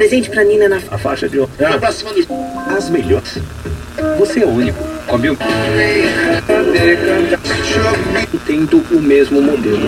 presente pra Nina na A faixa de pra cima dos... As melhores. Você é o único. Comeu? Tendo o mesmo modelo.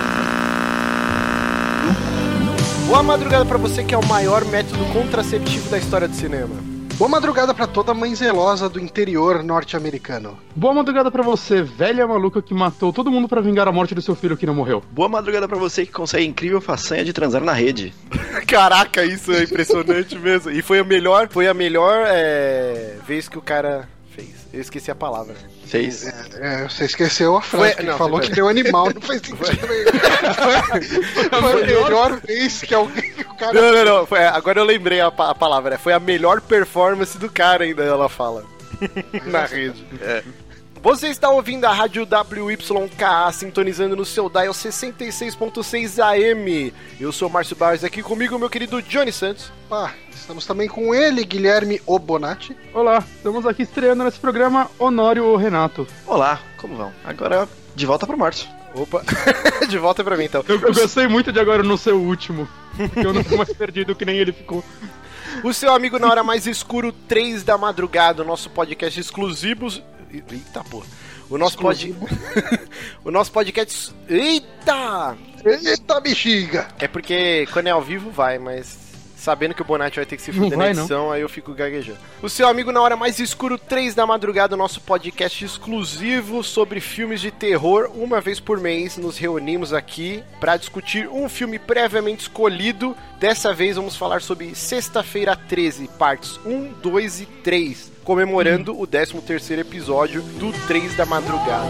Boa madrugada pra você que é o maior método contraceptivo da história do cinema. Boa madrugada pra toda mãe zelosa do interior norte-americano. Boa madrugada pra você, velha maluca que matou todo mundo pra vingar a morte do seu filho que não morreu. Boa madrugada pra você que consegue a incrível façanha de transar na rede. Caraca, isso é impressionante mesmo. E foi a melhor vez que o cara fez. Eu esqueci a palavra. Fez. Você esqueceu a frase, que falou que deu animal, não faz sentido nenhum. Foi a melhor vez que alguém... O cara... Não. Agora eu lembrei a palavra. Foi a melhor performance do cara, ainda ela fala. Na rede. Você está ouvindo a Rádio WYKA, sintonizando no seu dial 66.6 AM. Eu sou o Márcio Barros, aqui comigo meu querido Johnny Santos. Estamos também com ele, Guilherme Bonatti. Olá, estamos aqui estreando nesse programa Honório Renato. Olá, como vão? Agora, de volta pro Márcio. Opa, de volta pra mim então. Eu gostei muito de agora no seu último, porque eu não fui mais perdido que nem ele ficou. O seu amigo na hora mais escuro, 3 da madrugada, o nosso podcast exclusivo... Eita, porra. O nosso podcast... Eita, bexiga! É porque quando é ao vivo vai, mas... Sabendo que o Bonatti vai ter que se fuder na edição, aí eu fico gaguejando. O seu amigo na hora mais escuro, 3 da madrugada, o nosso podcast exclusivo sobre filmes de terror. Uma vez por mês nos reunimos aqui para discutir um filme previamente escolhido. Dessa vez vamos falar sobre Sexta-feira 13, partes 1, 2 e 3, comemorando o 13º episódio do 3 da madrugada.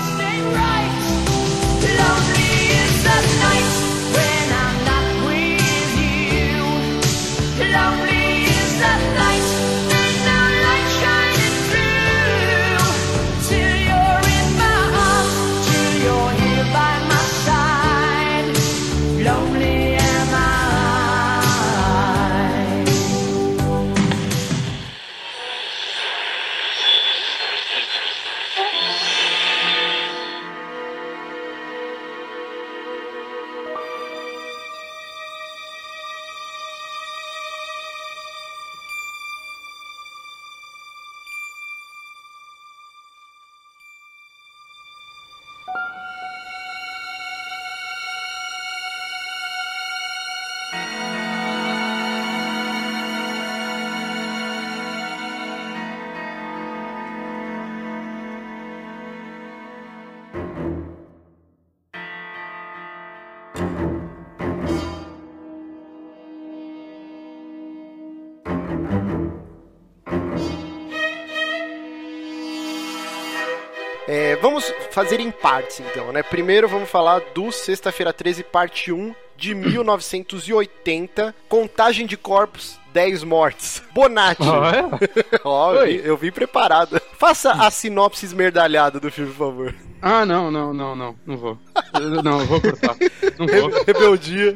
Lonely is the light, there's no light shining through. Till you're in my arms, till you're here by my side. Lonely am I. Vamos fazer em partes, então, né? Primeiro vamos falar do Sexta-feira 13, parte 1, de 1980. Contagem de corpos, 10 mortes. Bonatti. Eu vim preparado. Faça a sinopse esmerdalhada do filme, por favor. Não vou. Não, eu vou cortar. Não vou. Rebeldia.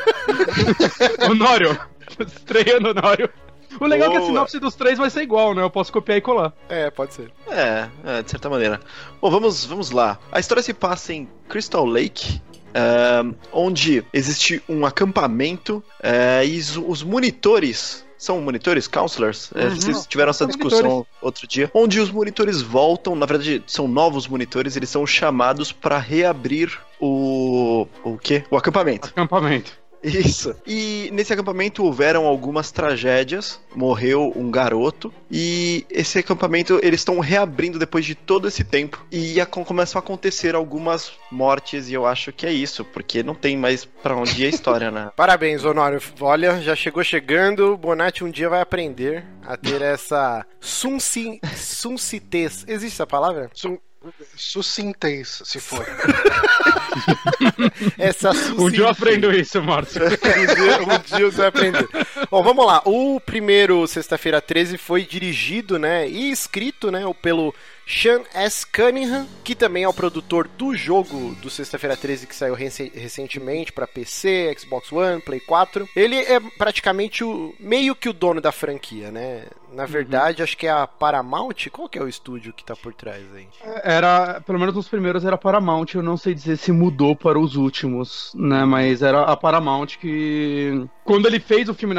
Honório. Estreando Honório. O legal é que a sinopse dos 3 vai ser igual, né? Eu posso copiar e colar. Pode ser. De certa maneira. Bom, vamos lá. A história se passa em Crystal Lake, onde existe um acampamento e os monitores... São monitores? Counselors? Vocês tiveram essa discussão outro dia. Onde os monitores voltam, na verdade, são novos monitores, eles são chamados para reabrir o quê? O acampamento. Isso. E nesse acampamento houveram algumas tragédias, morreu um garoto, e esse acampamento eles estão reabrindo depois de todo esse tempo, e começam a acontecer algumas mortes, e eu acho que é isso, porque não tem mais pra onde ir a história, né? Parabéns, Honório. Olha, já chegou chegando, Bonatti um dia vai aprender a ter essa suncitez. Existe essa palavra? Sucintez, se for. Essa Um dia eu aprendo isso, Márcio. um dia você vai aprender. Bom, vamos lá. O primeiro Sexta-feira 13 foi dirigido, né, e escrito, né, pelo Sean S. Cunningham, que também é o produtor do jogo do Sexta-feira 13 que saiu recentemente para PC, Xbox One, Play 4. Ele é praticamente meio que o dono da franquia, né? Na verdade, acho que é a Paramount. Qual que é o estúdio que tá por trás aí? Era, pelo menos nos primeiros era a Paramount, eu não sei dizer se mudou para os últimos, né? Mas era a Paramount que... Quando ele fez o filme, na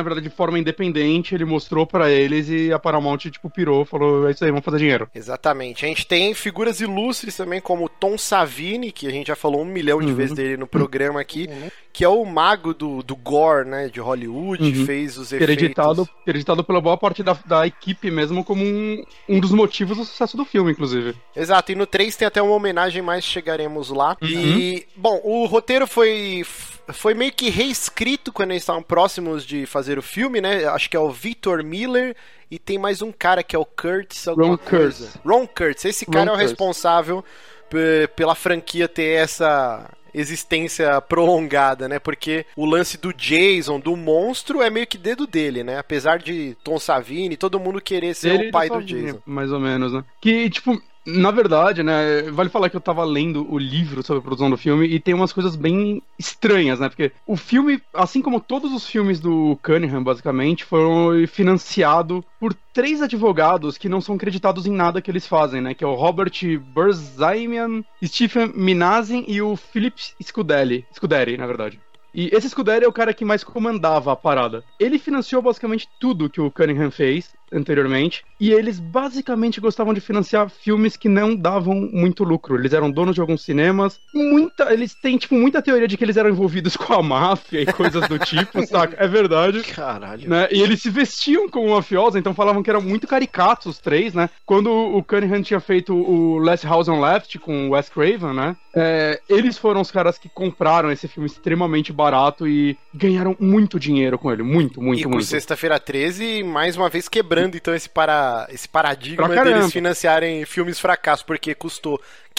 verdade, de forma independente, ele mostrou pra eles e a Paramount, tipo, pirou, falou, é isso aí, vamos fazer dinheiro. Exatamente. A gente tem figuras ilustres também, como Tom Savini, que a gente já falou 1 milhão de vezes dele no programa aqui, que é o mago do gore, né, de Hollywood, fez os efeitos... Acreditado pela boa parte da equipe mesmo como um dos motivos do sucesso do filme, inclusive. Exato, e no 3 tem até uma homenagem, mas chegaremos lá. E, bom, o roteiro foi meio que reescrito quando eles estavam próximos de fazer o filme, né? Acho que é o Victor Miller e tem mais um cara que é o Kurtz, alguma coisa. Ron Kurtz. Esse cara é o responsável pela franquia ter essa existência prolongada, né? Porque o lance do Jason, do monstro, é meio que dedo dele, né? Apesar de Tom Savini, todo mundo querer ser o pai do Jason. Mais ou menos, né? Que, tipo... Na verdade, né, vale falar que eu tava lendo o livro sobre a produção do filme e tem umas coisas bem estranhas, né, porque o filme, assim como todos os filmes do Cunningham, basicamente, foram financiados por 3 advogados que não são creditados em nada que eles fazem, né, que é o Robert Burzimian, Stephen Minazin e o Philip Scuderi, na verdade. E esse Scuderi é o cara que mais comandava a parada. Ele financiou basicamente tudo que o Cunningham fez anteriormente, e eles basicamente gostavam de financiar filmes que não davam muito lucro. Eles eram donos de alguns cinemas, eles têm, tipo, muita teoria de que eles eram envolvidos com a máfia e coisas do tipo, saca? É verdade. Caralho. Né? E eles se vestiam como mafiosos, então falavam que eram muito caricatos os 3, né? Quando o Cunningham tinha feito o Last House on Left com o Wes Craven, né? Eles foram os caras que compraram esse filme extremamente barato e ganharam muito dinheiro com ele. Muito. E com Sexta-feira 13, mais uma vez quebrando então esse paradigma deles financiarem filmes fracassos, porque custou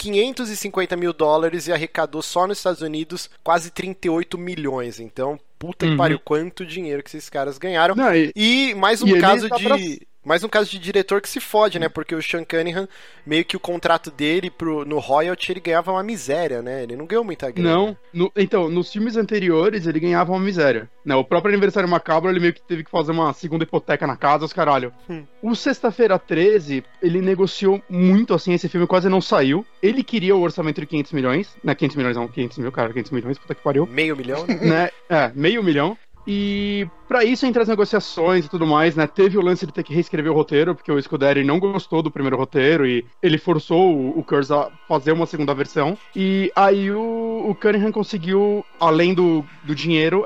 $550 mil e arrecadou só nos Estados Unidos quase 38 milhões. Então, puta que pariu, quanto dinheiro que esses caras ganharam. Não, e mais um caso de... Mais um caso de diretor que se fode, né? Porque o Sean Cunningham, meio que o contrato dele no royalty, ele ganhava uma miséria, né? Ele não ganhou muita grana. Não, então, nos filmes anteriores, ele ganhava uma miséria. Né? O próprio Aniversário Macabro, ele meio que teve que fazer uma segunda hipoteca na casa, os caralho. O Sexta-feira 13, ele negociou muito, assim, esse filme quase não saiu. Ele queria o orçamento de 500 milhões. Não, 500 milhões não, 500 mil, cara, 500 milhões, puta que pariu. Meio milhão, né? Meio milhão. E pra isso, entre as negociações e tudo mais, né, teve o lance de ter que reescrever o roteiro, porque o Scuderi não gostou do primeiro roteiro e ele forçou o Kurtz a fazer uma segunda versão. E aí o Cunningham conseguiu, além do dinheiro,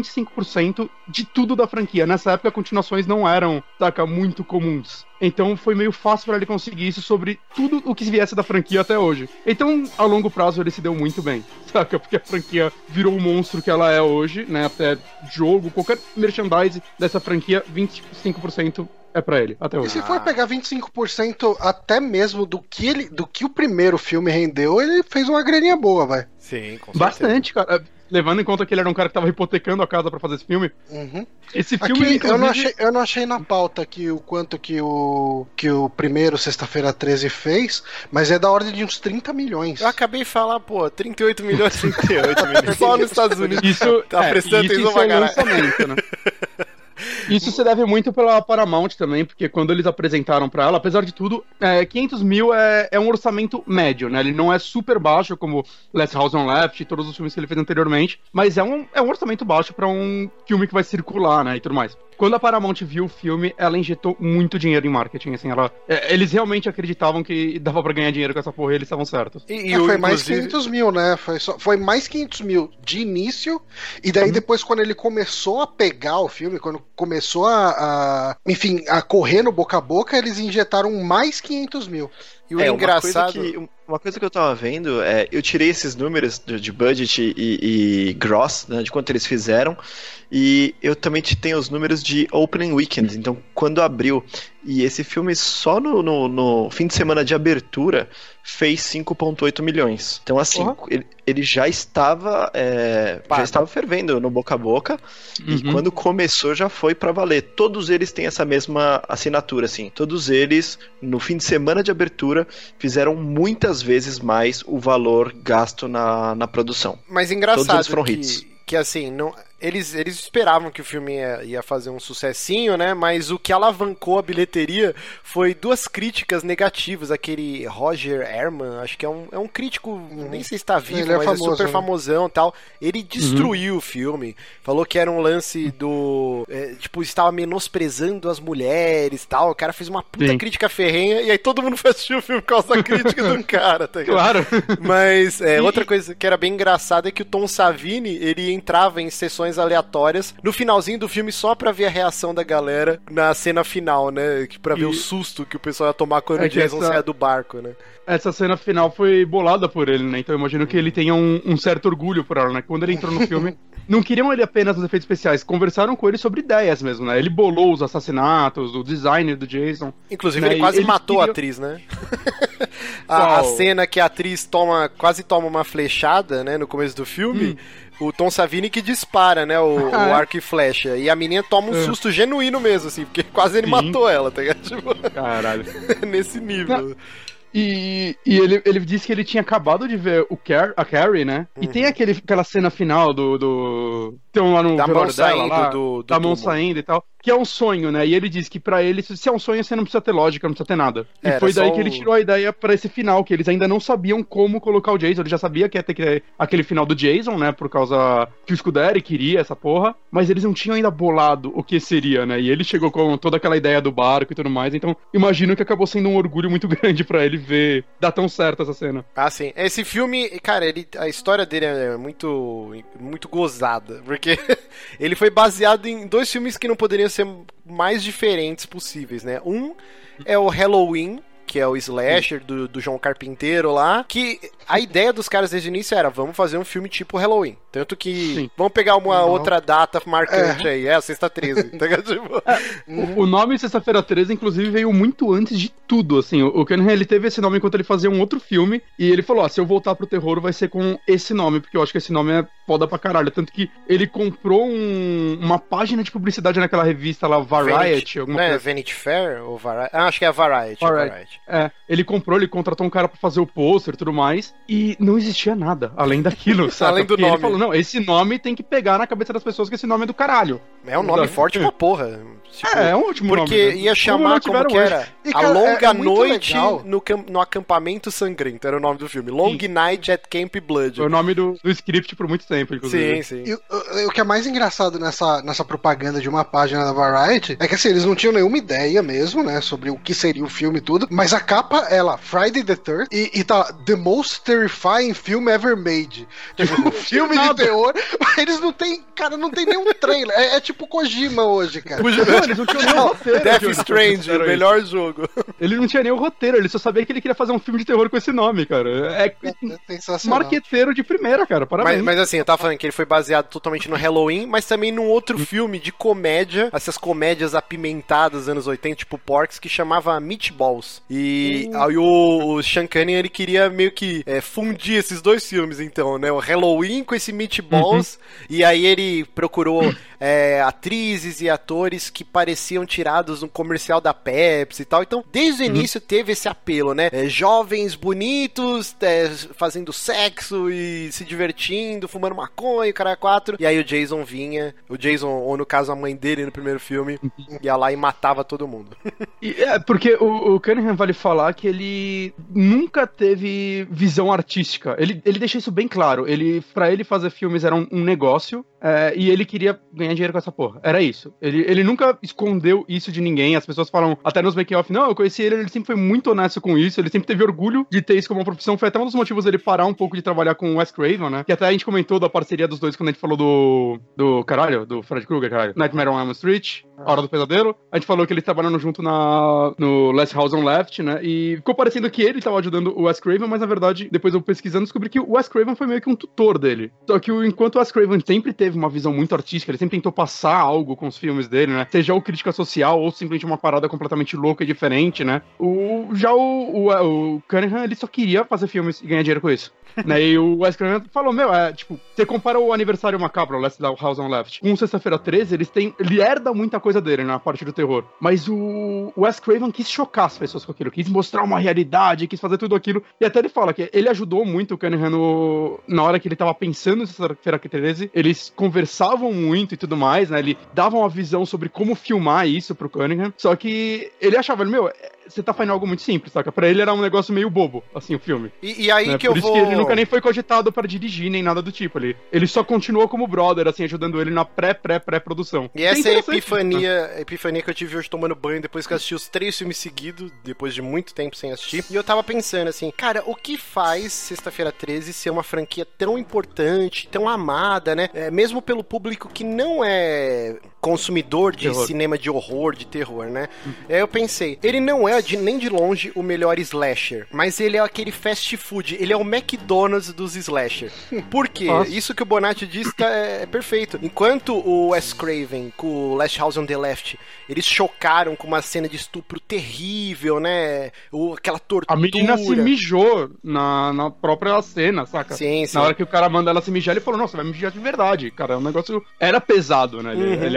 25% de tudo da franquia. Nessa época, continuações não eram, saca, muito comuns. Então foi meio fácil pra ele conseguir isso sobre tudo o que viesse da franquia até hoje. Então, a longo prazo, ele se deu muito bem, saca? Porque a franquia virou o monstro que ela é hoje, né? Até jogo, qualquer merchandise dessa franquia, 25% é pra ele, até hoje. E se for pegar 25% até mesmo do que o primeiro filme rendeu, ele fez uma graninha boa, vai. Sim, com certeza. Bastante, cara. Levando em conta que ele era um cara que tava hipotecando a casa pra fazer esse filme. Esse filme, aqui, inclusive... eu não achei na pauta aqui o quanto que o primeiro Sexta-feira 13 fez, mas é da ordem de uns 30 milhões. Eu acabei de falar, 38 milhões. 38 milhões. Só nos Estados Unidos. Isso, tá prestando atenção pra caralho. Né? Isso se deve muito pela Paramount também, porque quando eles apresentaram pra ela, apesar de tudo, 500 mil é um orçamento médio, né? Ele não é super baixo, como Last House on Left e todos os filmes que ele fez anteriormente, mas é um orçamento baixo pra um filme que vai circular, né, e tudo mais. Quando a Paramount viu o filme, ela injetou muito dinheiro em marketing, assim, eles realmente acreditavam que dava pra ganhar dinheiro com essa porra e eles estavam certos. Foi mais 500 mil, né? Foi mais 500 mil de início, e daí depois quando ele começou a pegar o filme, quando começou a correr no boca a boca, eles injetaram mais 500 mil. E o engraçado... Uma coisa que eu tava vendo, eu tirei esses números de budget e gross, né, de quanto eles fizeram, e eu também tenho os números de opening weekend, então quando abriu, e esse filme só no fim de semana de abertura fez 5,8 milhões. Então assim, ele já estava fervendo no boca a boca, e quando começou já foi pra valer. Todos eles têm essa mesma assinatura, assim, todos eles no fim de semana de abertura fizeram muitas vezes mais o valor gasto na produção. Mas engraçado todos eles foram hits. Que que assim, não, eles esperavam que o filme ia fazer um sucessinho, né? Mas o que alavancou a bilheteria foi 2 críticas negativas. Aquele Roger Ehrman, acho que é um crítico, nem sei se tá vivo, mas famoso, é super famosão e tal. Ele destruiu o filme. Falou que era um lance do... tipo, estava menosprezando as mulheres e tal. O cara fez uma puta crítica ferrenha e aí todo mundo foi assistir o filme por causa da crítica do cara, tá ligado? Claro. Mas outra coisa que era bem engraçada é que o Tom Savini, ele entrava em sessões aleatórias no finalzinho do filme só pra ver a reação da galera na cena final, né? Pra ver o susto que o pessoal ia tomar quando o Jason saia do barco, né? Essa cena final foi bolada por ele, né? Então eu imagino que ele tenha um certo orgulho por ela, né? Quando ele entrou no filme, não queriam ele apenas nos efeitos especiais, conversaram com ele sobre ideias mesmo, né? Ele bolou os assassinatos, o design do Jason. Inclusive, ele quase matou a atriz, né? a cena que a atriz quase toma uma flechada, né? No começo do filme. O Tom Savini que dispara, né, o arco e flecha. E a menina toma um susto genuíno mesmo, assim, porque quase ele matou ela, tá ligado? Tipo, caralho. Nesse nível. E ele disse que ele tinha acabado de ver a Carrie, né? E tem aquela cena final tem lá no velório dela, lá, da mão saindo e tal, que é um sonho, né? E ele disse que pra ele, se é um sonho, você não precisa ter lógica, não precisa ter nada. E foi daí que ele tirou a ideia pra esse final, que eles ainda não sabiam como colocar o Jason. Ele já sabia que ia ter que ter aquele final do Jason, né? Por causa que o Scuderi queria essa porra, mas eles não tinham ainda bolado o que seria, né? E ele chegou com toda aquela ideia do barco e tudo mais, então imagino que acabou sendo um orgulho muito grande pra ele ver dar tão certo essa cena. Ah, sim. Esse filme, cara, a história dele é muito, muito gozada, porque ele foi baseado em 2 filmes que não poderiam ser mais diferentes possíveis, né? Um é o Halloween, que é o slasher do John Carpinteiro lá, que a ideia dos caras desde o início era, vamos fazer um filme tipo Halloween. Tanto que, vamos pegar uma outra data marcante aí, a Sexta 13. O nome Sexta-feira 13, inclusive, veio muito antes de tudo, assim. O Cunningham, ele teve esse nome enquanto ele fazia um outro filme, e ele falou, se eu voltar pro terror vai ser com esse nome, porque eu acho que esse nome é foda pra caralho. Tanto que ele comprou uma página de publicidade naquela revista lá, Variety, alguma coisa. Vanity Fair ou Variety? Acho que é Variety. Ele contratou um cara pra fazer o pôster e tudo mais, e não existia nada além daquilo, sabe? Além do porque nome. Ele falou, não, esse nome tem que pegar na cabeça das pessoas que esse nome é do caralho. É um nome forte pra porra. Tipo, é um ótimo nome. Porque ia chamar como que era? E, A cara, Longa Noite legal. no Acampamento Sangrento, era o nome do filme. Long Night at Camp Blood. Foi o nome do script por muito tempo, inclusive. Sim. E o que é mais engraçado nessa propaganda de uma página da Variety é que assim, eles não tinham nenhuma ideia mesmo, né, sobre o que seria o filme e tudo, mas a capa é lá, Friday the 3rd, e tá The Most Terrifying Film Ever Made. Tipo, filme de terror, mas eles não tem, cara, não tem nenhum trailer. É tipo Kojima hoje, cara. Não, eles não tinham nem o roteiro. Death Strange, o melhor jogo. Ele não tinha nem o roteiro, ele só sabia que ele queria fazer um filme de terror com esse nome, cara. É sensacional. Marqueteiro de primeira, cara, parabéns. Mas assim, eu tava falando que ele foi baseado totalmente no Halloween, mas também num outro filme de comédia, essas comédias apimentadas dos anos 80, tipo Porks, que chamava Meatballs. E aí o Sean Cunningham, ele queria meio que fundir esses 2 filmes, então, né? O Halloween com esse Meatballs, e aí ele procurou atrizes e atores que pareciam tirados no comercial da Pepsi e tal. Então, desde o início teve esse apelo, né? Jovens bonitos, fazendo sexo e se divertindo, fumando maconha, o cara 4. E aí o Jason vinha, ou no caso a mãe dele no primeiro filme, ia lá e matava todo mundo. Porque o Cunningham vale falar que ele nunca teve visão artística. Ele deixa isso bem claro. Pra ele fazer filmes era um negócio, e ele queria ganhar dinheiro com essa porra. Era isso. Ele nunca escondeu isso de ninguém. As pessoas falam, até nos making-off, não, eu conheci ele sempre foi muito honesto com isso, ele sempre teve orgulho de ter isso como uma profissão. Foi até um dos motivos dele parar um pouco de trabalhar com o Wes Craven, né? Que até a gente comentou da parceria dos dois quando a gente falou do Fred Krueger, caralho. Nightmare on Elm Street, A Hora do Pesadelo. A gente falou que eles trabalharam junto no Last House on Left, né? E ficou parecendo que ele tava ajudando o Wes Craven, mas na verdade, depois eu pesquisando, descobri que o Wes Craven foi meio que um tutor dele. Só que enquanto o Wes Craven sempre teve uma visão muito artística, ele sempre tentou passar algo com os filmes dele, né? Seja ou crítica social ou simplesmente uma parada completamente louca e diferente, né? O Cunningham, ele só queria fazer filmes e ganhar dinheiro com isso. Né, e o Wes Craven falou, tipo, você compara o Aniversário Macabro, o Last House on Left, com o Sexta-feira 13, ele herda muita coisa dele na parte do terror. Mas o Wes Craven quis chocar as pessoas com aquilo, quis mostrar uma realidade, quis fazer tudo aquilo. E até ele fala que ele ajudou muito o Cunningham na hora que ele tava pensando em Sexta-feira 13, eles conversavam muito e tudo mais, né, ele dava uma visão sobre como filmar isso pro Cunningham, só que ele achava, você tá fazendo algo muito simples, saca? Pra ele era um negócio meio bobo, assim, o filme. E aí, né? Que eu vou... Por isso que ele nunca nem foi cogitado pra dirigir, nem nada do tipo. Ele só continuou como brother, assim, ajudando ele na pré-produção. E essa é a epifania que eu tive hoje tomando banho depois que eu assisti os 3 filmes seguidos, depois de muito tempo sem assistir. E eu tava pensando assim, cara, o que faz Sexta-feira 13 ser uma franquia tão importante, tão amada, né? Mesmo pelo público que não é consumidor de cinema de horror, de terror, né? Aí eu pensei, ele não é nem de longe o melhor slasher, mas ele é aquele fast food, ele é o McDonald's dos slasher. Por quê? Nossa. Isso que o Bonatti disse é perfeito. Enquanto o Wes Craven com o Last House on the Left, eles chocaram com uma cena de estupro terrível, né? Aquela tortura. A menina se mijou na própria cena, saca? Sim. Na hora que o cara manda ela se mijar, ele falou, nossa, vai mijar de verdade, cara. O negócio era pesado, né? Ele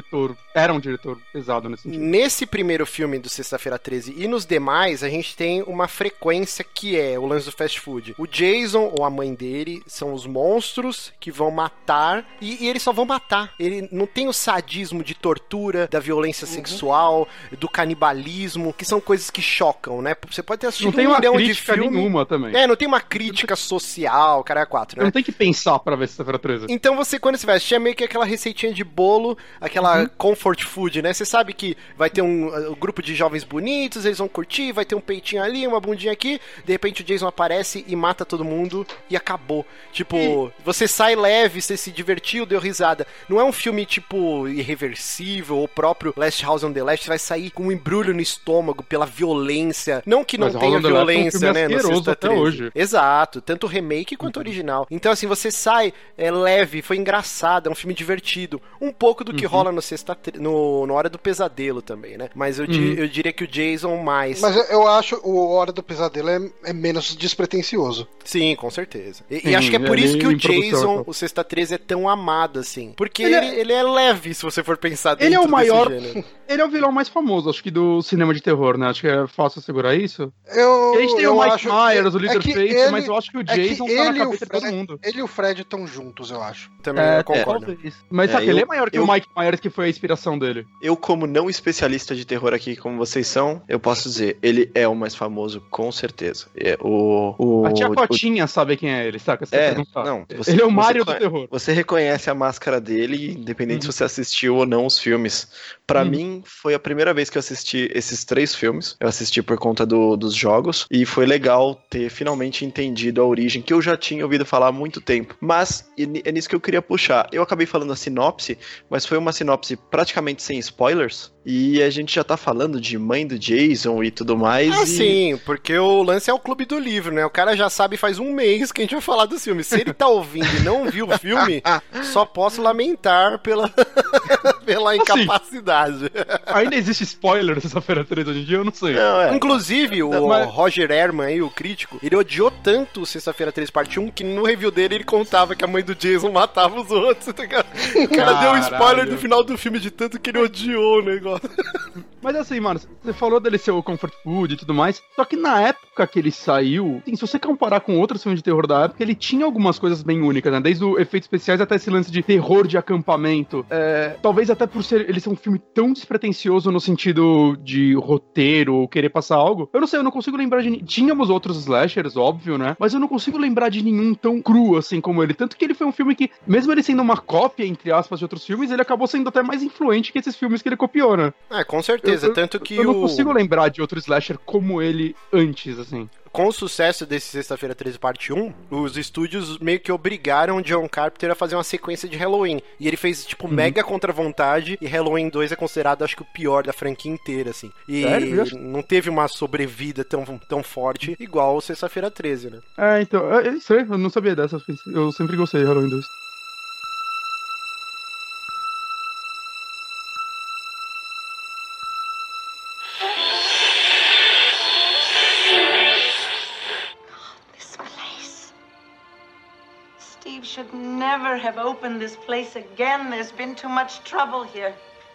era um diretor pesado nesse sentido. Nesse primeiro filme do Sexta-feira 13 e nos demais, a gente tem uma frequência que é o lance do fast food. O Jason ou a mãe dele são os monstros que vão matar e eles só vão matar. Ele não tem o sadismo de tortura, da violência sexual, do canibalismo, que são coisas que chocam, né? Você pode ter assistido um milhão de filmes. Não tem nenhuma também. Não tem uma crítica social, cara, 4, né? Não tem que pensar pra ver Sexta-feira 13. Então quando você vai assistir, é meio que aquela receitinha de bolo, aquela comfort food, né? Você sabe que vai ter um grupo de jovens bonitos, eles vão curtir, vai ter um peitinho ali, uma bundinha aqui, de repente o Jason aparece e mata todo mundo e acabou. Tipo, você sai leve, você se divertiu, deu risada. Não é um filme, tipo, irreversível, ou próprio Last House on the Left, você vai sair com um embrulho no estômago pela violência. Não que não tenha violência, né? No Sexta até hoje. Exato, tanto o remake quanto o original. Então, assim, você sai leve, foi engraçado, é um filme divertido. Um pouco do que rola no Hora do Pesadelo também, né? Mas eu diria que o Jason mais. Mas eu acho o Hora do Pesadelo é menos despretensioso. Sim, com certeza. E acho que é por isso que o Jason, o Sexta 13, é tão amado, assim. Porque ele é leve, se você for pensar dentro ele é o maior. Gênero. Ele é o vilão mais famoso, acho que, do cinema de terror, né? Acho que é fácil segurar isso. A gente tem o Mike Myers, o Leatherface, mas eu acho que o Jason tá na cabeça de todo mundo. Ele e o Fred estão juntos, eu acho. Também eu concordo. Mas sabe, ele é maior que o Mike Myers, que foi a inspiração dele. Eu, como não especialista de terror aqui, como vocês são, eu posso dizer, ele é o mais famoso, com certeza. A tia Cotinha sabe quem é ele, saca? Ele é o Mario do terror. Você reconhece a máscara dele, independente se você assistiu ou não os filmes. Pra mim, foi a primeira vez que eu assisti esses 3 filmes. Eu assisti por conta dos jogos, e foi legal ter finalmente entendido a origem, que eu já tinha ouvido falar há muito tempo. Mas é nisso que eu queria puxar. Eu acabei falando a sinopse, mas foi uma sinopse praticamente sem spoilers, e a gente já tá falando de mãe do Jason e tudo mais. Sim, porque o lance é o clube do livro, né? O cara já sabe faz um mês que a gente vai falar do filme. Se ele tá ouvindo e não viu o filme, só posso lamentar pela incapacidade. Ainda existe spoiler Sexta-feira 13 hoje em dia? Eu não sei. Inclusive, Roger Ehrman aí, o crítico, ele odiou tanto Sexta-feira 13 parte 1 que no review dele ele contava que a mãe do Jason matava os outros. Tá ligado? O cara deu um spoiler no final do filme de tanto que ele odiou o negócio. Mas assim, mano, você falou dele ser o comfort food e tudo mais, só que na época que ele saiu, assim, se você comparar com outros filmes de terror da época, ele tinha algumas coisas bem únicas, né? Desde os efeitos especiais até esse lance de terror de acampamento. Talvez até por ele ser um filme tão despretensioso no sentido de roteiro ou querer passar algo. Eu não sei, eu não consigo lembrar de... Tínhamos outros slashers, óbvio, né? Mas eu não consigo lembrar de nenhum tão cru assim como ele. Tanto que ele foi um filme que, mesmo ele sendo uma cópia, entre aspas, de outros filmes, ele acabou sendo até mais influente que esses filmes que ele copiou, né? Com certeza. Tanto que eu não consigo lembrar de outro slasher como ele antes, assim. Com o sucesso desse Sexta-feira 13 parte 1, os estúdios meio que obrigaram o John Carpenter a fazer uma sequência de Halloween. E ele fez, tipo, mega contra a vontade, e Halloween 2 é considerado, acho que, o pior da franquia inteira, assim. E não teve uma sobrevida tão forte igual o Sexta-feira 13, né? Então, isso aí, eu não sabia dessa. Eu sempre gostei de Halloween 2. should never have opened this place again. There's been too much trouble here.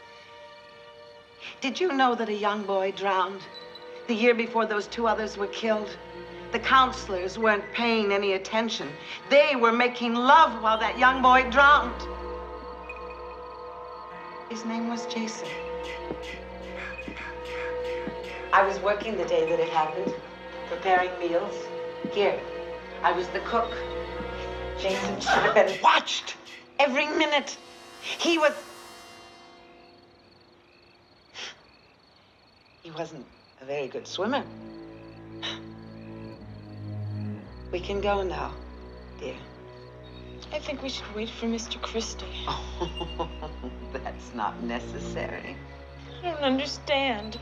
Did you know that a young boy drowned the year before those 2 others were killed? The counselors weren't paying any attention. They were making love while that young boy drowned. His name was Jason. I was working the day that it happened, preparing meals. Here, I was the cook. Jason should have been watched every minute. He wasn't a very good swimmer. We can go now, dear. I think we should wait for Mr. Christie. Oh, that's not necessary. I don't understand.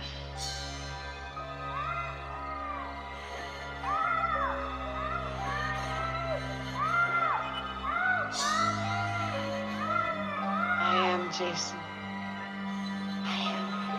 I am Jason. I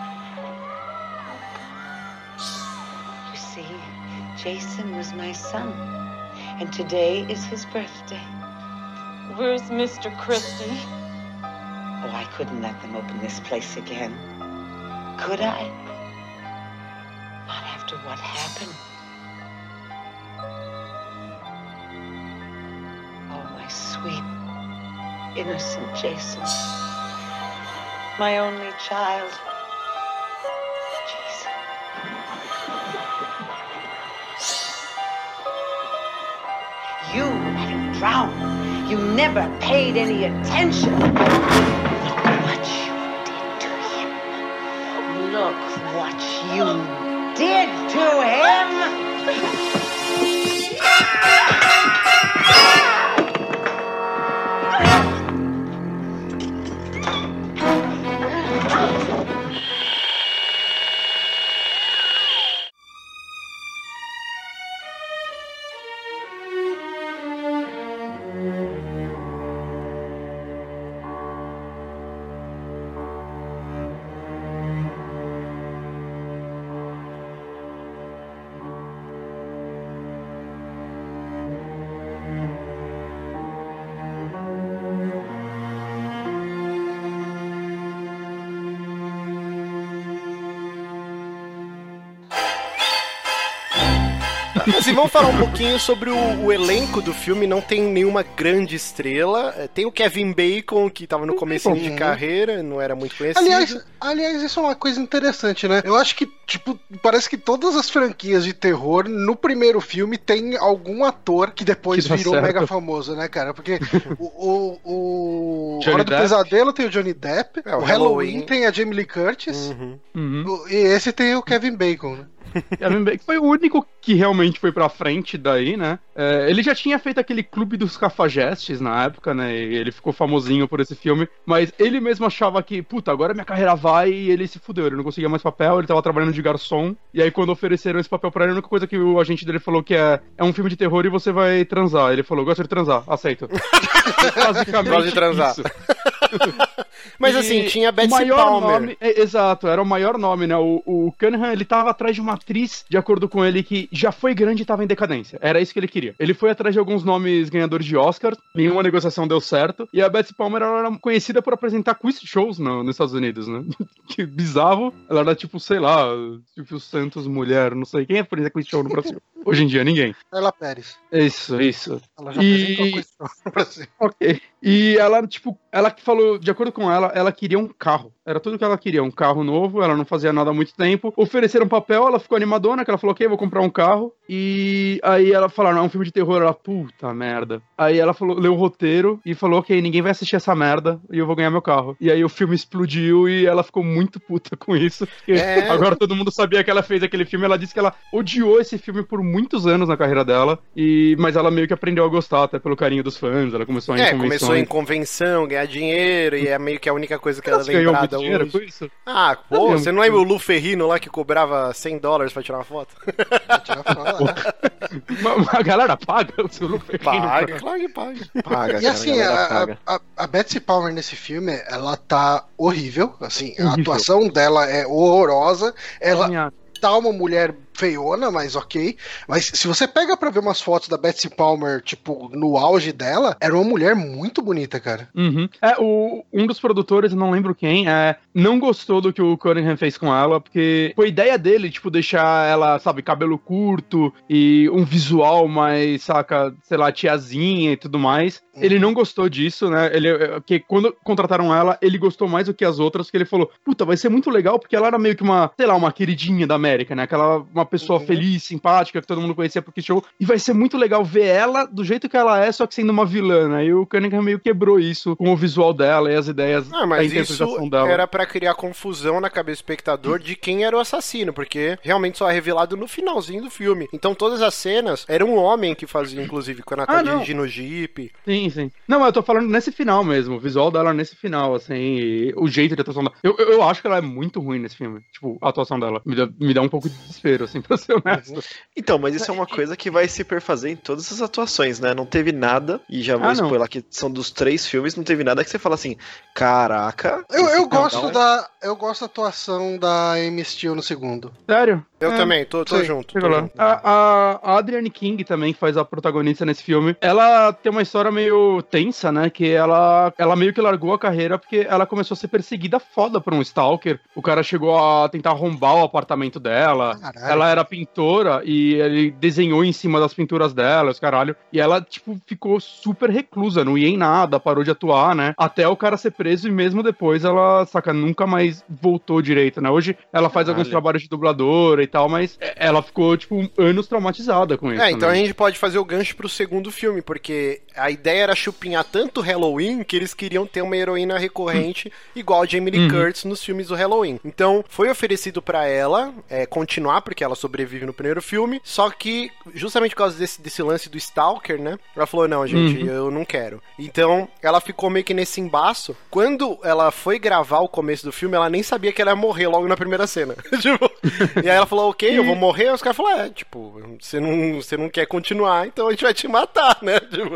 am. You see, Jason was my son, and today is his birthday. Where's Mr. Christie? Oh, I couldn't let them open this place again. Could I? Not after what happened. Oh, my sweet, innocent Jason. My only child. Jason. You let him drown. You never paid any attention. Look what you did to him. Look what you did to him. Assim, vamos falar um pouquinho sobre o elenco do filme. Não tem nenhuma grande estrela. Tem o Kevin Bacon, que tava no começo de carreira, não era muito conhecido. Aliás, isso é uma coisa interessante, né? Eu acho que, tipo, parece que todas as franquias de terror, no primeiro filme, tem algum ator que depois virou mega famoso, né, cara? Porque o Hora do Pesadelo tem o Johnny Depp, o Halloween tem a Jamie Lee Curtis, e esse tem o Kevin Bacon, né? Kevin Bacon foi o único que realmente foi pra frente daí, né? Ele já tinha feito aquele Clube dos Cafajestes na época, né? E ele ficou famosinho por esse filme, mas ele mesmo achava que, puta, agora minha carreira vai, e ele se fudeu, ele não conseguia mais papel, ele tava trabalhando de garçom, e aí quando ofereceram esse papel pra ele, a única coisa que o agente dele falou que é um filme de terror e você vai transar. Ele falou, gosto de transar, aceito. Basicamente gosto de transar. Isso. Mas assim, tinha a Betsy Palmer. Exato, era o maior nome, né? O Cunningham, ele tava atrás de uma atriz, de acordo com ele, que já foi grande e tava em decadência. Era isso que ele queria. Ele foi atrás de alguns nomes ganhadores de Oscar, nenhuma negociação deu certo, e a Betsy Palmer, ela era conhecida por apresentar quiz shows nos Estados Unidos, né? Que bizarro. Ela era tipo, sei lá, Silvio Santos, mulher, não sei. Quem apresenta quiz show no Brasil? Hoje em dia, ninguém. Ela Pérez. Isso. Ela já apresentou quiz show no Brasil. Ok. E ela, tipo, ela falou, de acordo com ela queria um carro. Era tudo que ela queria, um carro novo, ela não fazia nada há muito tempo. Ofereceram um papel, ela ficou animadona, que ela falou, ok, vou comprar um carro. E aí ela falou, não, é um filme de terror. Ela, puta merda. Aí ela falou, leu o roteiro e falou, ok, ninguém vai assistir essa merda e eu vou ganhar meu carro. E aí o filme explodiu e ela ficou muito puta com isso. Agora todo mundo sabia que ela fez aquele filme. Ela disse que ela odiou esse filme por muitos anos na carreira dela, mas ela meio que aprendeu a gostar, até pelo carinho dos fãs. Ela começou a ir em convenções. Começou em convenção, ganhar dinheiro, e é meio que a única coisa que ela é lembrada dinheiro hoje. Com isso? Ah, pô, você não lembra o Lu Ferrino lá que cobrava $100 pra tirar uma foto? A galera paga o seu Lu Ferrino? Paga, claro que paga. E assim, a Betsy Palmer nesse filme, ela tá horrível, assim, a atuação dela é horrorosa, ela tá uma mulher feiona, mas ok. Mas se você pega pra ver umas fotos da Betsy Palmer, tipo, no auge dela, era uma mulher muito bonita, cara. Uhum. Um dos produtores, não lembro quem, não gostou do que o Cunningham fez com ela, porque foi ideia dele, tipo, deixar ela, sabe, cabelo curto e um visual mais, saca, sei lá, tiazinha e tudo mais. Ele não gostou disso, né? Que quando contrataram ela, ele gostou mais do que as outras, porque ele falou, puta, vai ser muito legal, porque ela era meio que uma, sei lá, uma queridinha da América, né? Uma pessoa feliz, simpática, que todo mundo conhecia pro show, e vai ser muito legal ver ela do jeito que ela é, só que sendo uma vilã, né? E o Cunningham meio quebrou isso com o visual dela e as ideias da interpretação dela. Era pra criar confusão na cabeça do espectador de quem era o assassino, porque realmente só é revelado no finalzinho do filme. Então todas as cenas era um homem que fazia, inclusive, quando ela tá dirigindo o Jeep. Sim. Não, mas eu tô falando nesse final mesmo, o visual dela nesse final, assim, e o jeito de atuação dela. Eu acho que ela é muito ruim nesse filme, tipo, a atuação dela. Me dá um pouco de desespero, assim, pra ser honesto. Então, mas isso é uma coisa que vai se perfazer em todas as atuações, né? Não teve nada, e já vou spoiler que são dos 3 filmes, não teve nada que você fala assim, caraca... Eu gosto da atuação da Amy Steele no segundo. Sério? Eu também, tô junto. A Adrienne King também, que faz a protagonista nesse filme, ela tem uma história meio tensa, né? Que ela meio que largou a carreira porque ela começou a ser perseguida foda por um stalker. O cara chegou a tentar arrombar o apartamento dela. Caralho. Ela era pintora e ele desenhou em cima das pinturas dela, os caralho. E ela, tipo, ficou super reclusa, não ia em nada, parou de atuar, né? Até o cara ser preso e mesmo depois ela, saca, nunca mais voltou direito, né? Hoje ela faz alguns trabalhos de dubladora e tal, mas ela ficou, tipo, anos traumatizada com isso. Então a gente pode fazer o gancho pro segundo filme, porque a ideia era chupinhar tanto Halloween que eles queriam ter uma heroína recorrente igual a Jamie Lee Curtis nos filmes do Halloween. Então foi oferecido pra ela continuar, porque ela sobrevive no primeiro filme, só que justamente por causa desse lance do Stalker, né? Ela falou, não, gente, eu não quero. Então ela ficou meio que nesse embaço. Quando ela foi gravar o começo do filme, ela nem sabia que ela ia morrer logo na primeira cena. Tipo, e aí ela falou, ok, eu vou morrer. Os caras falaram, tipo, você não quer continuar, então a gente vai te matar, né? Tipo,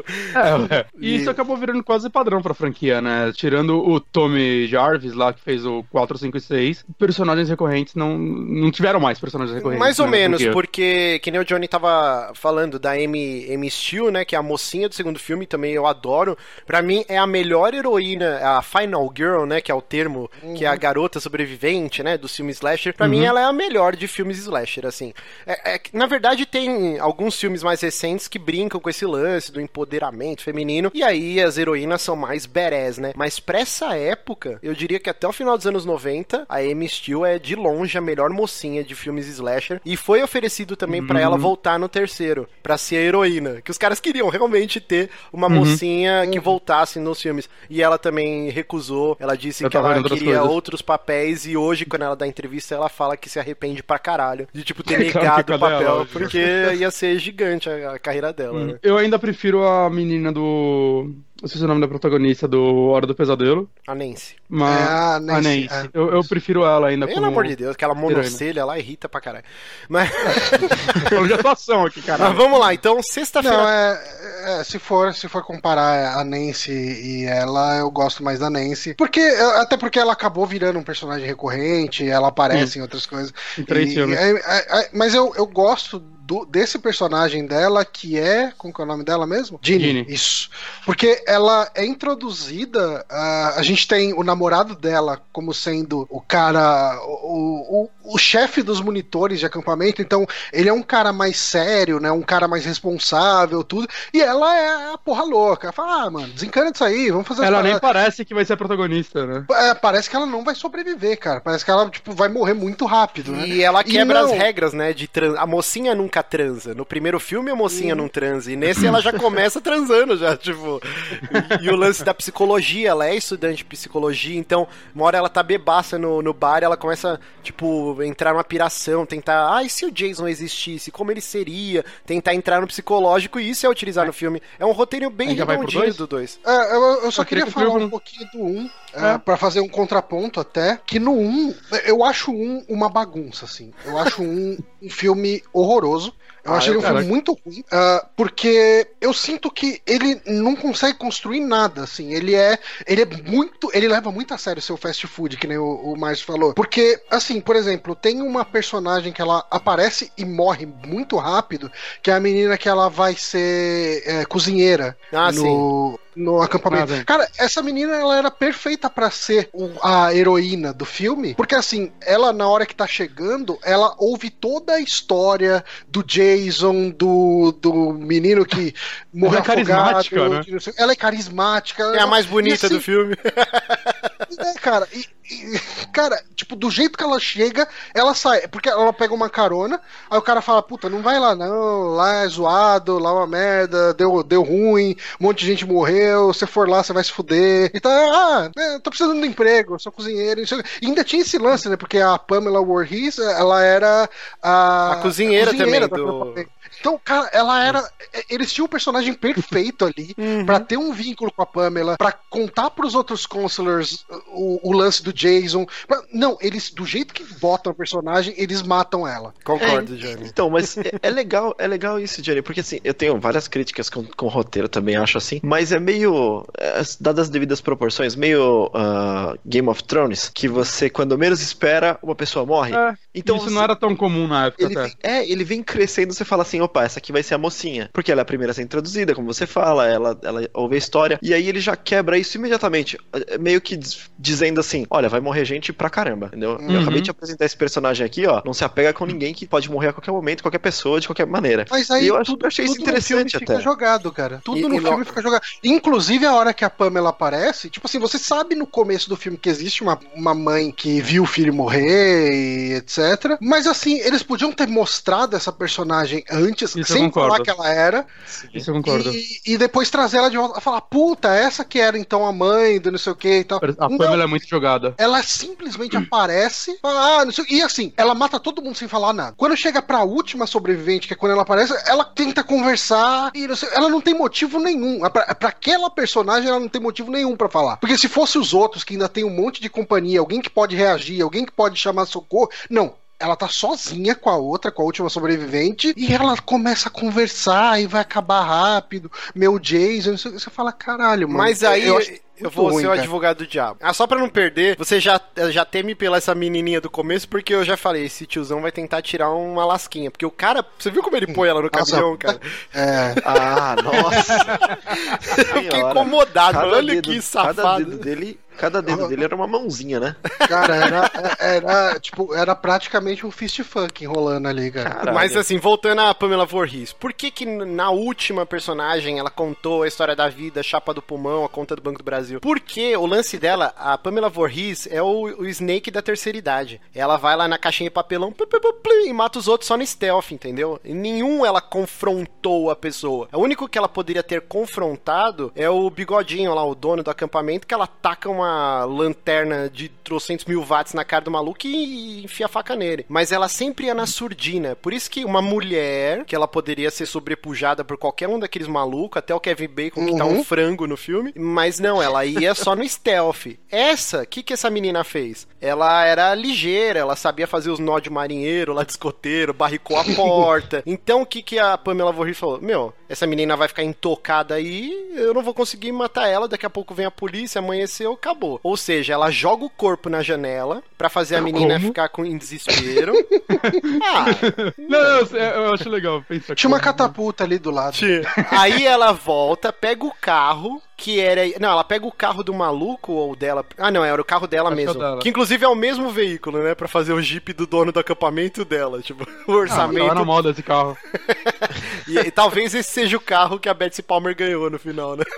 E isso acabou virando quase padrão pra franquia, né? Tirando o Tommy Jarvis lá, que fez o 4, 5 e 6, personagens recorrentes não tiveram mais personagens recorrentes. Mais ou menos, porque, que nem o Johnny tava falando da Amy Steele, né? Que é a mocinha do segundo filme, também eu adoro. Pra mim, é a melhor heroína, a Final Girl, né? Que é o termo, que é a garota sobrevivente, né? Do filme slasher. Pra mim, ela é a melhor de filmes slasher, assim. Na verdade, tem alguns filmes mais recentes que brincam com esse lance do empoderamento feminino, e aí as heroínas são mais badass, né? Mas pra essa época, eu diria que até o final dos anos 90, a Amy Steele é de longe a melhor mocinha de filmes slasher, e foi oferecido também pra ela voltar no terceiro, pra ser a heroína, que os caras queriam realmente ter uma mocinha que voltasse nos filmes, e ela também recusou, ela disse que ela queria outros papéis, e hoje, quando ela dá entrevista, ela fala que se arrepende pra caralho de, tipo, ter negado o papel, porque ia ser gigante a carreira dela, né? Eu ainda prefiro a menina do... Não sei se é o nome da protagonista do Hora do Pesadelo. A Nancy. A Nancy. Eu prefiro ela ainda. Pelo amor de Deus, aquela monocelha lá irrita pra caralho. Mas... Falando de atuação aqui, caralho. Mas vamos lá, então, sexta-feira... Se for comparar a Nancy e ela, eu gosto mais da Nancy. Até porque ela acabou virando um personagem recorrente, ela aparece em outras coisas. Em 3 filmes. Mas eu gosto desse personagem dela, que é... Como que é o nome dela mesmo? Ginny. Isso. Porque ela é introduzida... a gente tem o namorado dela como sendo o cara... O chefe dos monitores de acampamento. Então, ele é um cara mais sério, né? Um cara mais responsável, tudo. E ela é a porra louca. Ela fala, mano, desencana disso aí, vamos fazer... Ela nem parece que vai ser a protagonista, né? Parece que ela não vai sobreviver, cara. Parece que ela, tipo, vai morrer muito rápido, né? E ela quebra as regras, né? A mocinha nunca transa. No primeiro filme, a mocinha não transa. E nesse, ela já começa transando, já, tipo... E o lance da psicologia, ela é estudante de psicologia, então, uma hora ela tá bebaça no bar e ela começa, tipo, entrar numa piração, tentar, e se o Jason existisse? Como ele seria? Tentar entrar no psicológico, e isso é utilizar no filme. É um roteiro bem redondinho do 2. Eu só queria falar um pouquinho do 1. Pra fazer um contraponto até, que no 1, eu acho uma bagunça, assim. Eu acho um filme horroroso. Eu achei ele um filme muito ruim, porque eu sinto que ele não consegue construir nada, assim. Ele leva muito a sério o seu fast food, que nem o Márcio falou. Porque, assim, por exemplo, tem uma personagem que ela aparece e morre muito rápido, que é a menina que ela vai ser cozinheira no acampamento. Cara, essa menina, ela era perfeita pra ser a heroína do filme, porque assim, ela na hora que tá chegando, ela ouve toda a história do Jason, do menino que morreu afogado. Né? Ela é carismática. É a mais bonita assim, do filme. Cara, cara, tipo, do jeito que ela chega, ela sai, porque ela pega uma carona, aí o cara fala, puta, não vai lá não, lá é zoado, lá é uma merda, deu ruim, um monte de gente morreu, se for lá, você vai se fuder. Então, tô precisando de emprego, eu sou cozinheiro. E ainda tinha esse lance, né, porque a Pamela Voorhees, ela era a cozinheira também Então, cara, eles tinham um personagem perfeito ali pra ter um vínculo com a Pamela, pra contar pros outros counselors o lance do Jason. Não, eles, do jeito que botam a personagem, eles matam ela. Concordo, Johnny. Então, mas é legal isso, Johnny, porque assim, eu tenho várias críticas com o roteiro também, acho assim, mas é meio, dadas as devidas proporções, meio Game of Thrones, que você, quando menos espera, uma pessoa morre. Então, isso não era tão comum na época. Ele vem crescendo, você fala assim, opa, essa aqui vai ser a mocinha, porque ela é a primeira a ser introduzida, como você fala, ela ouve a história, e aí ele já quebra isso imediatamente, meio que dizendo assim, olha, vai morrer gente pra caramba, entendeu? Eu acabei de apresentar esse personagem aqui, ó, não se apega com ninguém, que pode morrer a qualquer momento, qualquer pessoa, de qualquer maneira. Mas aí eu achei isso interessante até. Fica jogado, cara. Tudo no filme fica jogado. Inclusive a hora que a Pamela aparece, tipo assim, você sabe no começo do filme que existe uma mãe que viu o filho morrer e etc. Mas assim, eles podiam ter mostrado essa personagem antes, isso sem falar que ela era. Isso eu concordo. E depois trazer ela de volta, falar, puta, essa que era então a mãe do não sei o que e tal. A Pamela é muito jogada. Ela simplesmente aparece, fala, não sei, e assim, ela mata todo mundo sem falar nada. Quando chega pra última sobrevivente, que é quando ela aparece, ela tenta conversar e não sei, ela não tem motivo nenhum. Pra aquela personagem, ela não tem motivo nenhum pra falar. Porque se fosse os outros, que ainda tem um monte de companhia, alguém que pode reagir, alguém que pode chamar socorro, não. Ela tá sozinha com a última sobrevivente, e ela começa a conversar e vai acabar rápido. Meu Jason, você fala, caralho, mano. Mas aí eu vou ser o advogado do diabo. Só pra não perder, você já teme pela essa menininha do começo, porque eu já falei, esse tiozão vai tentar tirar uma lasquinha. Porque o cara, você viu como ele põe ela no caminhão, cara? Nossa. Eu fiquei incomodado, olha que safado. Cada dedo dele era uma mãozinha, né? Cara, era praticamente um fist funk rolando ali, cara. Caralho. Mas assim, voltando a Pamela Voorhees, por que na última personagem ela contou a história da vida, a chapa do pulmão, a conta do Banco do Brasil? Porque o lance dela, a Pamela Voorhees é o Snake da terceira idade. Ela vai lá na caixinha de papelão e mata os outros só no stealth, entendeu? Em nenhum ela confrontou a pessoa. O único que ela poderia ter confrontado é o bigodinho lá, o dono do acampamento, que ela taca uma lanterna de 300.000 watts na cara do maluco e enfia a faca nele. Mas ela sempre ia na surdina. Por isso que uma mulher, que ela poderia ser sobrepujada por qualquer um daqueles malucos, até o Kevin Bacon, que tá um frango no filme, mas não, ela ia só no stealth. O que essa menina fez? Ela era ligeira, ela sabia fazer os nó de marinheiro lá de escoteiro, barricou a porta. Então o que a Pamela Voorhees falou? Meu, essa menina vai ficar intocada aí, eu não vou conseguir matar ela, daqui a pouco vem a polícia, amanheceu, acabou. Ou seja, ela joga o corpo na janela pra fazer a menina ficar em desespero. Não, eu acho legal. Tinha uma catapulta ali do lado. Aí ela volta, pega o carro, que era... Não, ela pega o carro do maluco ou dela... Não, era o carro dela mesmo. Que inclusive é o mesmo veículo, né? Pra fazer o Jeep do dono do acampamento dela. Tipo, o orçamento... Tá na moda esse carro. e talvez esse seja o carro que a Betsy Palmer ganhou no final, né?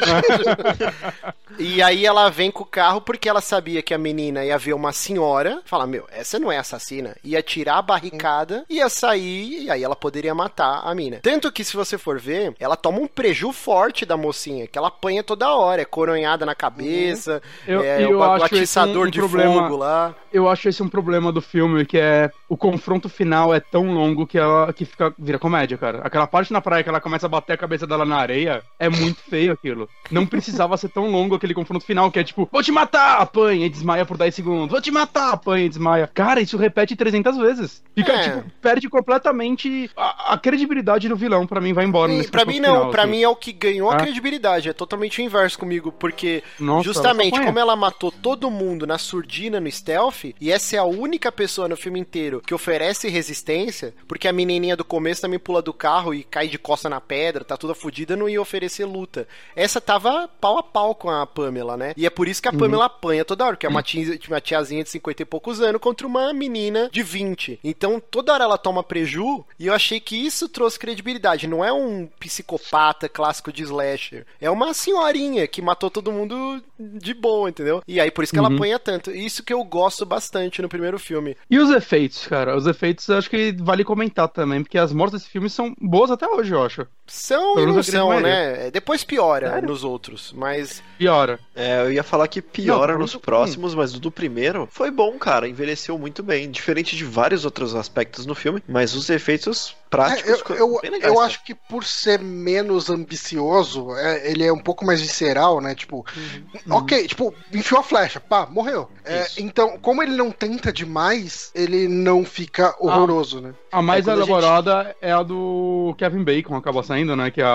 E aí ela vem com o carro porque ela sabia que a menina ia ver uma senhora, falar, meu, essa não é assassina, ia tirar a barricada, ia sair, e aí ela poderia matar a mina. Tanto que, se você for ver, ela toma um preju forte da mocinha, que ela apanha toda hora, é coronhada na cabeça, o atiçador de fogo lá. Eu acho esse um problema do filme, que é o confronto final é tão longo que vira comédia, cara. Aquela parte na praia que ela começa a bater a cabeça dela na areia, é muito feio aquilo. Não precisava ser tão longo aquele confronto final, que é tipo, vou te matar, apanha e desmaia por 10 segundos. Vou te matar, apanha e desmaia. Cara, isso repete 300 vezes. Fica, tipo, perde completamente a credibilidade do vilão, pra mim, vai embora. Pra mim não, final, pra mim é o que ganhou a credibilidade, é totalmente o inverso comigo, porque justamente como ela matou todo mundo na surdina, no stealth, e essa é a única pessoa no filme inteiro que oferece resistência, porque a menininha do começo também pula do carro e cai de costa na pedra, tá toda fodida, não ia oferecer luta. Essa tava pau a pau com a Pamela, né? E é por isso que a Pamela apanha toda hora, que é uma tiazinha de 50 e poucos anos contra uma menina de 20. Então, toda hora ela toma preju, e eu achei que isso trouxe credibilidade. Não é um psicopata clássico de slasher. É uma senhorinha que matou todo mundo de boa, entendeu? E aí, por isso que ela apanha tanto. Isso que eu gosto bastante no primeiro filme. E os efeitos, cara? Os efeitos eu acho que vale comentar também, porque as mortes desse filme são boas até hoje, eu acho. São e não são, né? Depois piora nos outros, mas... Piora. Eu ia falar que piora nos próximos, mas o do primeiro foi bom, cara. Envelheceu muito bem. Diferente de vários outros aspectos no filme, mas os efeitos práticos bem legais. Eu acho que por ser menos ambicioso, ele é um pouco mais visceral, né? Tipo, ok, tipo, enfiou a flecha, pá, morreu. Então, como ele não tenta demais, ele não fica horroroso, né? A mais elaborada é a do Kevin Bacon, acaba saindo, né? Que é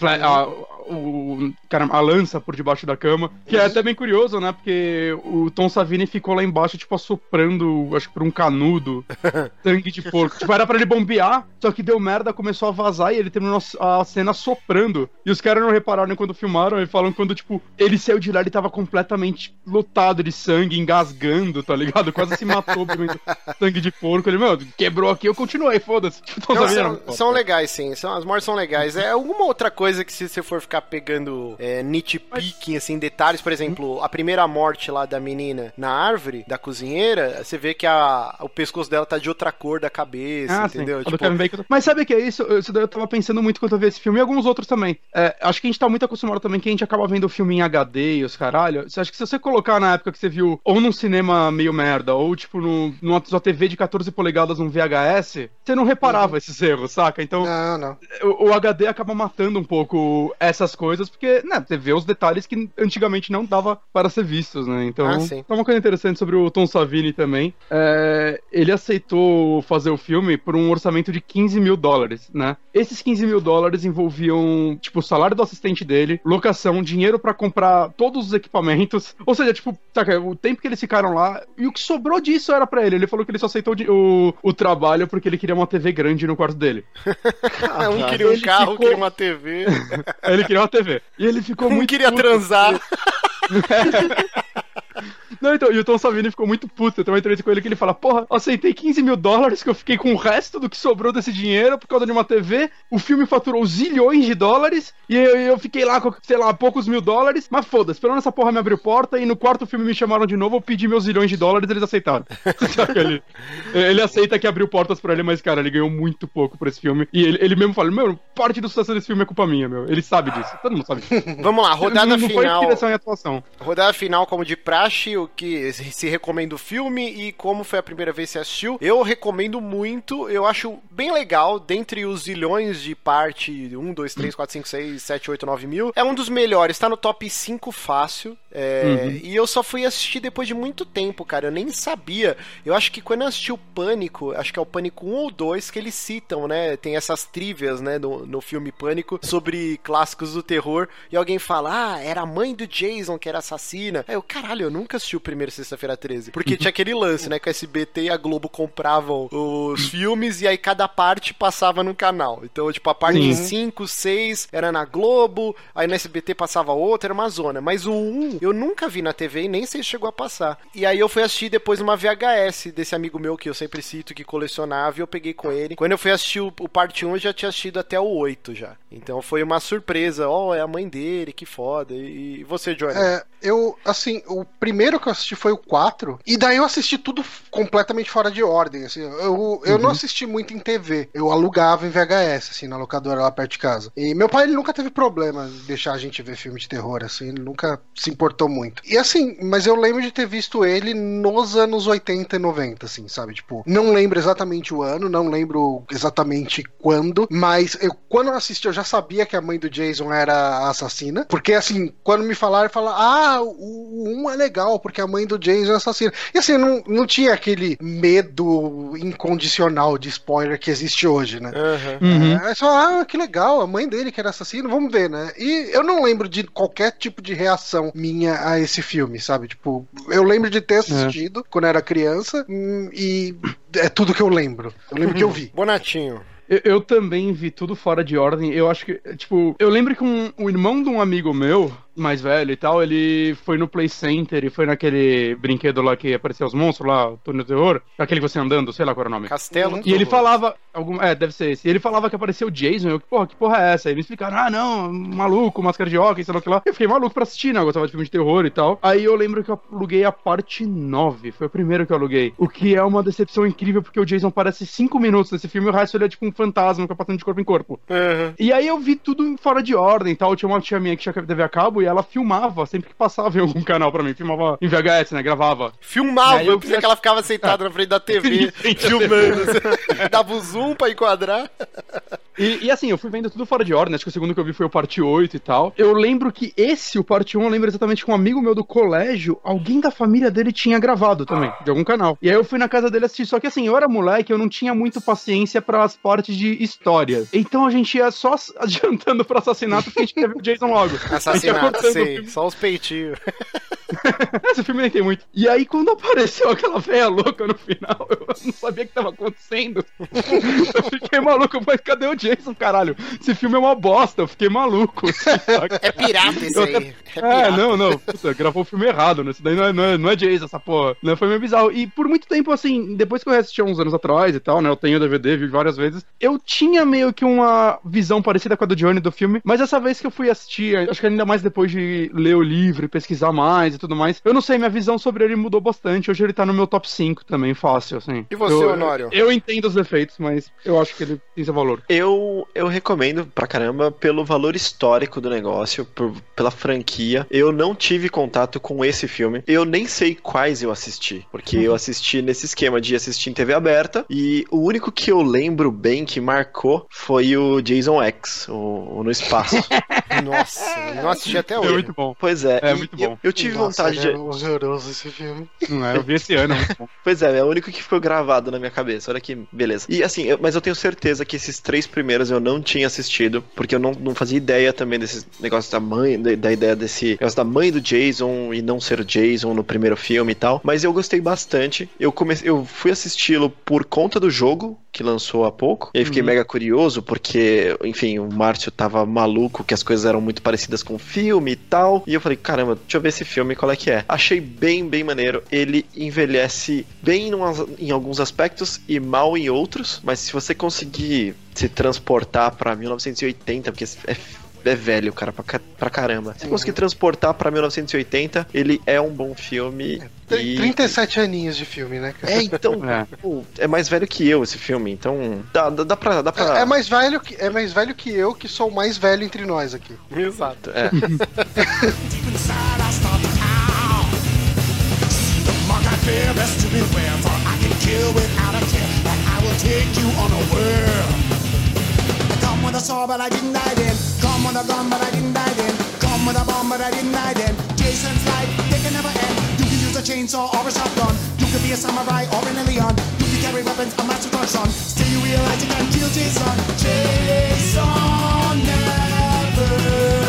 a lança por debaixo da cama, que é até bem curioso, né, porque o Tom Savini ficou lá embaixo, tipo, assoprando, acho que por um canudo, sangue de porco, tipo, era pra ele bombear, só que deu merda, começou a vazar e ele terminou a cena soprando, e os caras não repararam quando filmaram, e falam quando, tipo, ele saiu de lá, ele tava completamente lotado de sangue, engasgando, tá ligado, quase se matou por sangue de porco, ele, meu, quebrou aqui, eu continuei, foda-se. São legais, sim, as mortes são legais, é alguma outra coisa que se você for ficar pegando nitpicking, assim, detalhes, por exemplo, a primeira morte lá da menina na árvore, da cozinheira, você vê que o pescoço dela tá de outra cor da cabeça, entendeu? Tipo... Mas sabe o que é isso? Isso daí eu tava pensando muito quando eu vi esse filme e alguns outros também. Acho que a gente tá muito acostumado também que a gente acaba vendo o filme em HD e os caralho. Acho que se você colocar na época que você viu ou num cinema meio merda, ou tipo numa sua TV de 14 polegadas num VHS, você não reparava esses erros, saca? Então, não. O HD acaba matando um pouco essas coisas, porque, né, você vê os detalhes que antigamente não dava para ser vistos, né? Então, uma coisa interessante sobre o Tom Savini também, ele aceitou fazer o filme por um orçamento de $15 mil, né? Esses $15 mil envolviam, tipo, o salário do assistente dele, locação, dinheiro pra comprar todos os equipamentos, ou seja, tipo, saca, o tempo que eles ficaram lá, e o que sobrou disso era pra ele. Ele falou que ele só aceitou o trabalho porque ele queria uma TV grande no quarto dele. Um queria um carro, queria uma TV. Ele queria uma TV. E ele ficou muito queria puto, transar. Não, então, e o Tom Savini ficou muito puto. Eu tenho uma entrevista com ele que ele fala: porra, aceitei $15 mil, que eu fiquei com o resto do que sobrou desse dinheiro por causa de uma TV. O filme faturou zilhões de dólares e eu fiquei lá com, sei lá, poucos $1.000. Mas foda-se, pelo menos essa porra me abriu porta. E no quarto filme me chamaram de novo, eu pedi meus $zilhões e eles aceitaram. ele aceita que abriu portas pra ele, mas, cara, ele ganhou muito pouco por esse filme. E ele mesmo fala: meu, parte do sucesso desse filme é culpa minha, meu. Ele sabe disso, todo mundo sabe disso. Vamos lá, rodada não final. Foi direção e atuação. Rodada final, como de praxe, o que se recomenda o filme e como foi a primeira vez que você assistiu. Eu recomendo muito, eu acho bem legal, dentre os zilhões de parte 1, 2, 3, 4, 5, 6, 7, 8, 9 mil. É um dos melhores, tá no top 5 fácil. E eu só fui assistir depois de muito tempo, cara. Eu nem sabia. Eu acho que quando eu assisti o Pânico, acho que é o Pânico 1 ou 2 que eles citam, né? Tem essas trivias, né, no filme Pânico, sobre clássicos do terror. E alguém fala: era a mãe do Jason que era assassina. Aí eu, caralho, eu nunca assisti o primeiro Sexta-feira 13. Porque tinha aquele lance, né? Que a SBT e a Globo compravam os filmes e aí cada parte passava no canal. Então, tipo, a parte 5, 6 era na Globo, aí na SBT passava outra, era uma zona. Mas o 1 eu nunca vi na TV e nem sei se chegou a passar. E aí eu fui assistir depois uma VHS desse amigo meu que eu sempre cito, que colecionava, e eu peguei com ele. Quando eu fui assistir o parte 1, eu já tinha assistido até o 8 já. Então foi uma surpresa. É a mãe dele, que foda. E você, Johnny? O primeiro que eu assisti foi o 4, e daí eu assisti tudo completamente fora de ordem, assim. Eu não assisti muito em TV, eu alugava em VHS, assim, na locadora lá perto de casa. E meu pai, ele nunca teve problema em deixar a gente ver filme de terror, assim, ele nunca se importou muito. E assim, mas eu lembro de ter visto ele nos anos 80 e 90, assim, sabe? Tipo, não lembro exatamente o ano, não lembro exatamente quando, mas quando eu assisti, eu já sabia que a mãe do Jason era a assassina, porque assim, quando me falaram, o 1 é legal, porque a mãe do Jason é assassina. E assim, não tinha aquele medo incondicional de spoiler que existe hoje, né? É só, que legal, a mãe dele que era assassina, vamos ver, né? E eu não lembro de qualquer tipo de reação minha a esse filme, sabe? Tipo, eu lembro de ter assistido quando era criança, e é tudo que eu lembro. Eu lembro que eu vi. Bonatinho. Eu também vi tudo fora de ordem. Eu acho que, tipo, eu lembro que o irmão de um amigo meu, mais velho e tal, ele foi no Play Center e foi naquele brinquedo lá que apareceu os monstros lá, o Túnel do Terror, aquele que você andando, sei lá qual era o nome. Castelo. E ele falava, deve ser esse. E ele falava que apareceu o Jason. Eu, que porra é essa? Aí eles explicaram, não, maluco, máscara de hóquei, sei lá o que lá. Eu fiquei maluco pra assistir, né? Eu gostava de filme de terror e tal. Aí eu lembro que eu aluguei a parte 9. Foi o primeiro que eu aluguei. O que é uma decepção incrível, porque o Jason aparece 5 minutos nesse filme e o resto ele é tipo um fantasma que vai passando de corpo em corpo. E aí eu vi tudo fora de ordem e tal. Tinha uma tia minha que tinha TV a cabo e ela filmava sempre que passava em algum canal pra mim. Filmava em VHS, né? Gravava. Filmava, eu pensei que ela ficava sentada na frente da TV, filmando. Dava o zoom pra enquadrar. E assim, eu fui vendo tudo fora de ordem. Acho que o segundo que eu vi foi o parte 8 e tal. Eu lembro que o parte 1, eu lembro exatamente que um amigo meu do colégio, alguém da família dele tinha gravado também, de algum canal. E aí eu fui na casa dele assistir. Só que assim, eu era moleque, eu não tinha muito paciência para as partes de história. Então a gente ia só adiantando pro assassinato porque a gente queria ver o Jason logo. Assassinato, sei. Só os peitinhos. Esse filme nem tem muito. E aí, quando apareceu aquela velha louca no final, eu não sabia o que tava acontecendo. Eu fiquei maluco, mas cadê o Jason, caralho? Esse filme é uma bosta, eu fiquei maluco. É pirata esse aí. Não. Puta, gravou o filme errado, né? Isso daí não é Jason, essa porra. Não, foi meio bizarro. E por muito tempo, assim, depois que eu assisti uns anos atrás e tal, né? Eu tenho o DVD, vi várias vezes. Eu tinha meio que uma visão parecida com a do Johnny do filme, mas essa vez que eu fui assistir, acho que ainda mais depois de ler o livro e pesquisar mais e tudo mais, eu não sei, minha visão sobre ele mudou bastante. Hoje ele tá no meu top 5 também, fácil, assim. E você, Honório? Eu entendo os defeitos, mas eu acho que ele tem seu valor. Eu recomendo pra caramba pelo valor histórico do negócio, pela franquia. Eu não tive contato com esse filme. Eu nem sei quais eu assisti, porque eu assisti nesse esquema de assistir em TV aberta, e o único que eu lembro bem que marcou foi o Jason X, o No Espaço. Nossa, não assisti até hoje. É muito bom. Pois é. É muito bom. Eu tive vontade de... É horroroso esse filme. Não é, eu vi esse ano. Muito bom. Pois é o único que ficou gravado na minha cabeça. Olha que beleza. E assim, mas eu tenho certeza que esses 3 primeiros eu não tinha assistido, porque eu não fazia ideia também desse negócio da mãe, da ideia desse negócio da mãe do Jason e não ser Jason no primeiro filme e tal. Mas eu gostei bastante. Eu fui assisti-lo por conta do jogo que lançou há pouco. E aí fiquei mega curioso, porque, enfim, o Márcio tava maluco, que as coisas eram muito parecidas com o filme e tal. E eu falei, caramba, deixa eu ver esse filme, qual é que é. Achei bem maneiro. Ele envelhece bem em alguns aspectos e mal em outros, mas se você conseguir se transportar pra 1980, porque é velho, cara, pra caramba. Se conseguir transportar pra 1980, ele é um bom filme. 37 aninhos de filme, né, cara? Então, pô, é mais velho que eu esse filme, então dá pra... É mais velho que eu, que sou o mais velho entre nós aqui. Exato. É. Come with a saw, but I didn't die then. Come with a gun, but I didn't die then. Come with a bomb, but I didn't die then. Jason's life, they can never end. You can use a chainsaw or a shotgun. You can be a samurai or an alien. You can carry weapons, a master son. Still you realize you can't kill Jason. Jason never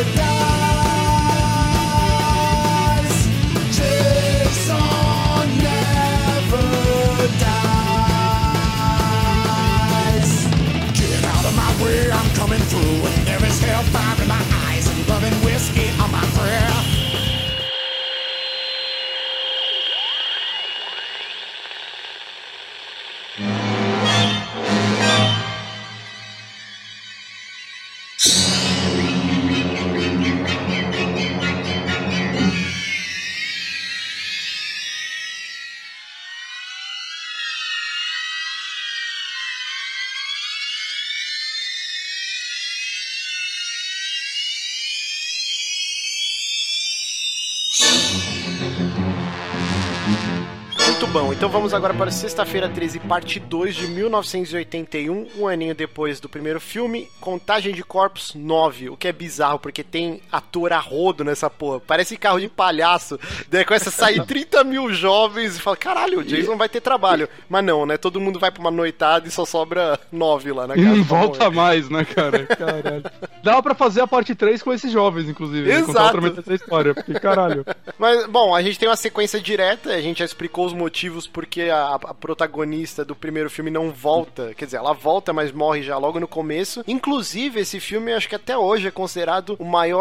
dies. Jason never dies. Get out of my way, I'm coming through. And there is hellfire in my eyes and blood and whiskey on my prayer. bom, então vamos agora para Sexta-feira 13, parte 2 de 1981, um aninho depois do primeiro filme, Contagem de Corpos 9, o que é bizarro, porque tem ator a rodo nessa porra, parece carro de palhaço, daí começa a sair 30 mil jovens e fala, caralho, o Jason vai ter trabalho, mas não, né, todo mundo vai pra uma noitada e só sobra 9 lá na casa. E não volta mais, né, cara? Caralho. Dava pra fazer a parte 3 com esses jovens, inclusive. Exato. Contar outra metade da história, porque caralho. Mas, bom, a gente tem uma sequência direta, a gente já explicou os motivos porque a protagonista do primeiro filme não volta, quer dizer, ela volta, mas morre já logo no começo. Inclusive, esse filme, acho que até hoje é considerado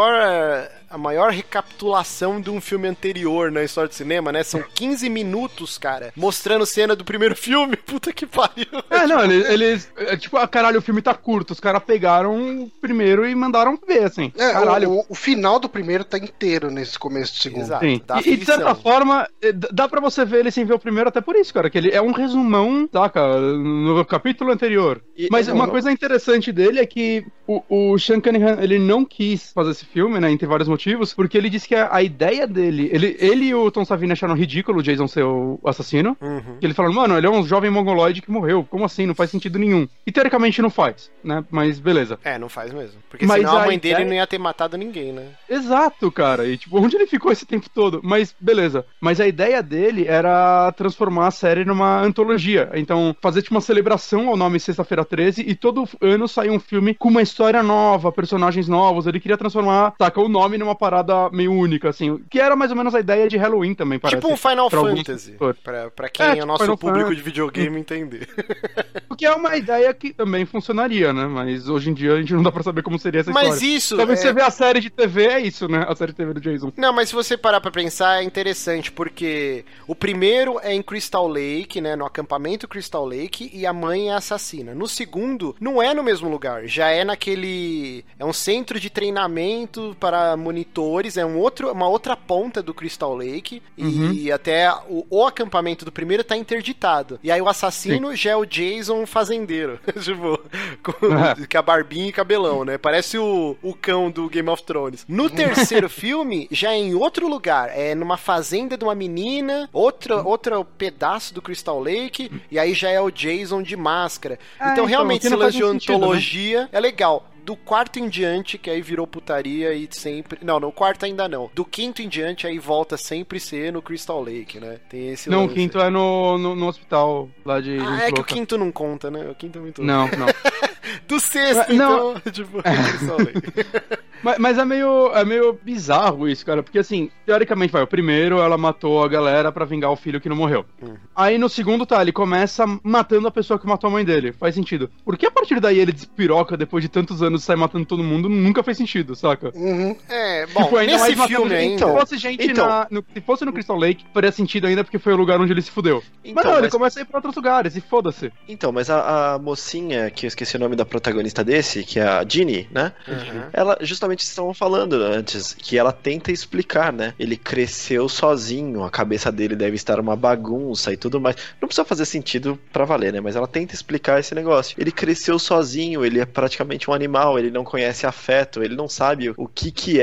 a maior recapitulação de um filme anterior na história do cinema, né? São 15 minutos, cara, mostrando cena do primeiro filme. Puta que pariu. Não, eles tipo, caralho, o filme tá curto, os caras pegaram o primeiro e mandaram ver, assim. Caralho. O final do primeiro tá inteiro nesse começo do segundo. Exato. Sim. E de certa forma, dá pra você ver ele sem ver o primeiro até por isso, cara, que ele é um resumão, saca, no capítulo anterior. Mas uma coisa interessante dele é que o Sean Cunningham, ele não quis fazer esse filme, né, entre vários motivos, porque ele disse que a ideia dele, ele e o Tom Savini acharam ridículo o Jason ser o assassino, que ele falou, mano, ele é um jovem mongoloide que morreu, como assim? Não faz sentido nenhum. E teoricamente não faz, né, mas beleza. Não faz mesmo. Porque senão a mãe dele não ia ter matado ninguém, né? Exato, cara, e tipo, onde ele ficou esse tempo todo? Mas beleza. Mas a ideia dele era transformar a série numa antologia, então fazer tipo uma celebração ao nome Sexta-feira 13 e todo ano sair um filme com uma história nova, personagens novos, ele queria transformar, saca, o nome numa parada meio única, assim, que era mais ou menos a ideia de Halloween também, parece. Tipo um Final Fantasy, pra quem é o nosso Final público Fantasy de videogame entender. O que é uma ideia que também funcionaria, né, mas hoje em dia a gente não dá pra saber como seria essa história. Mas isso... Talvez você vê a série de TV, é isso, né, a série de TV do Jason. Não, mas se você parar pra pensar, é interessante, porque o primeiro é em Crystal Lake, né, no acampamento Crystal Lake, e a mãe é assassina. No segundo, não é no mesmo lugar, já é naquele... é um centro de treinamento para monitores, é uma outra ponta do Crystal Lake, e até o acampamento do primeiro tá interditado. E aí o assassino já é o Jason fazendeiro, tipo, com a barbinha e cabelão, né, parece o cão do Game of Thrones. No terceiro filme, já é em outro lugar, é numa fazenda de uma menina, outro pedaço do Crystal Lake, e aí já é o Jason de máscara. Então realmente esse lance de antologia, né? É legal. Do quarto em diante, que aí virou putaria e sempre... Não, no quarto ainda não. Do quinto em diante, aí volta sempre ser no Crystal Lake, né? Tem esse Não, lance. o quinto é no hospital lá de... é que o quinto não conta, né? O quinto é muito... Não. Do sexto, não. Então, tipo, Crystal Lake. Mas é meio bizarro isso, cara, porque assim, teoricamente, o primeiro ela matou a galera pra vingar o filho que não morreu. Aí no segundo, ele começa matando a pessoa que matou a mãe dele. Faz sentido. Por que a partir daí ele despiroca depois de tantos anos e sai matando todo mundo? Nunca fez sentido, saca? Bom, tipo, nesse filme ainda... Se fosse no Crystal Lake, faria sentido ainda porque foi o lugar onde ele se fudeu. Mas não, ele começa a ir pra outros lugares e foda-se. Então, mas a mocinha, que eu esqueci o nome da protagonista desse, que é a Ginny, né? Ela, justamente estavam falando antes, que ela tenta explicar, né? Ele cresceu sozinho, a cabeça dele deve estar uma bagunça e tudo mais. Não precisa fazer sentido pra valer, né? Mas ela tenta explicar esse negócio. Ele cresceu sozinho, ele é praticamente um animal, ele não conhece afeto, ele não sabe o que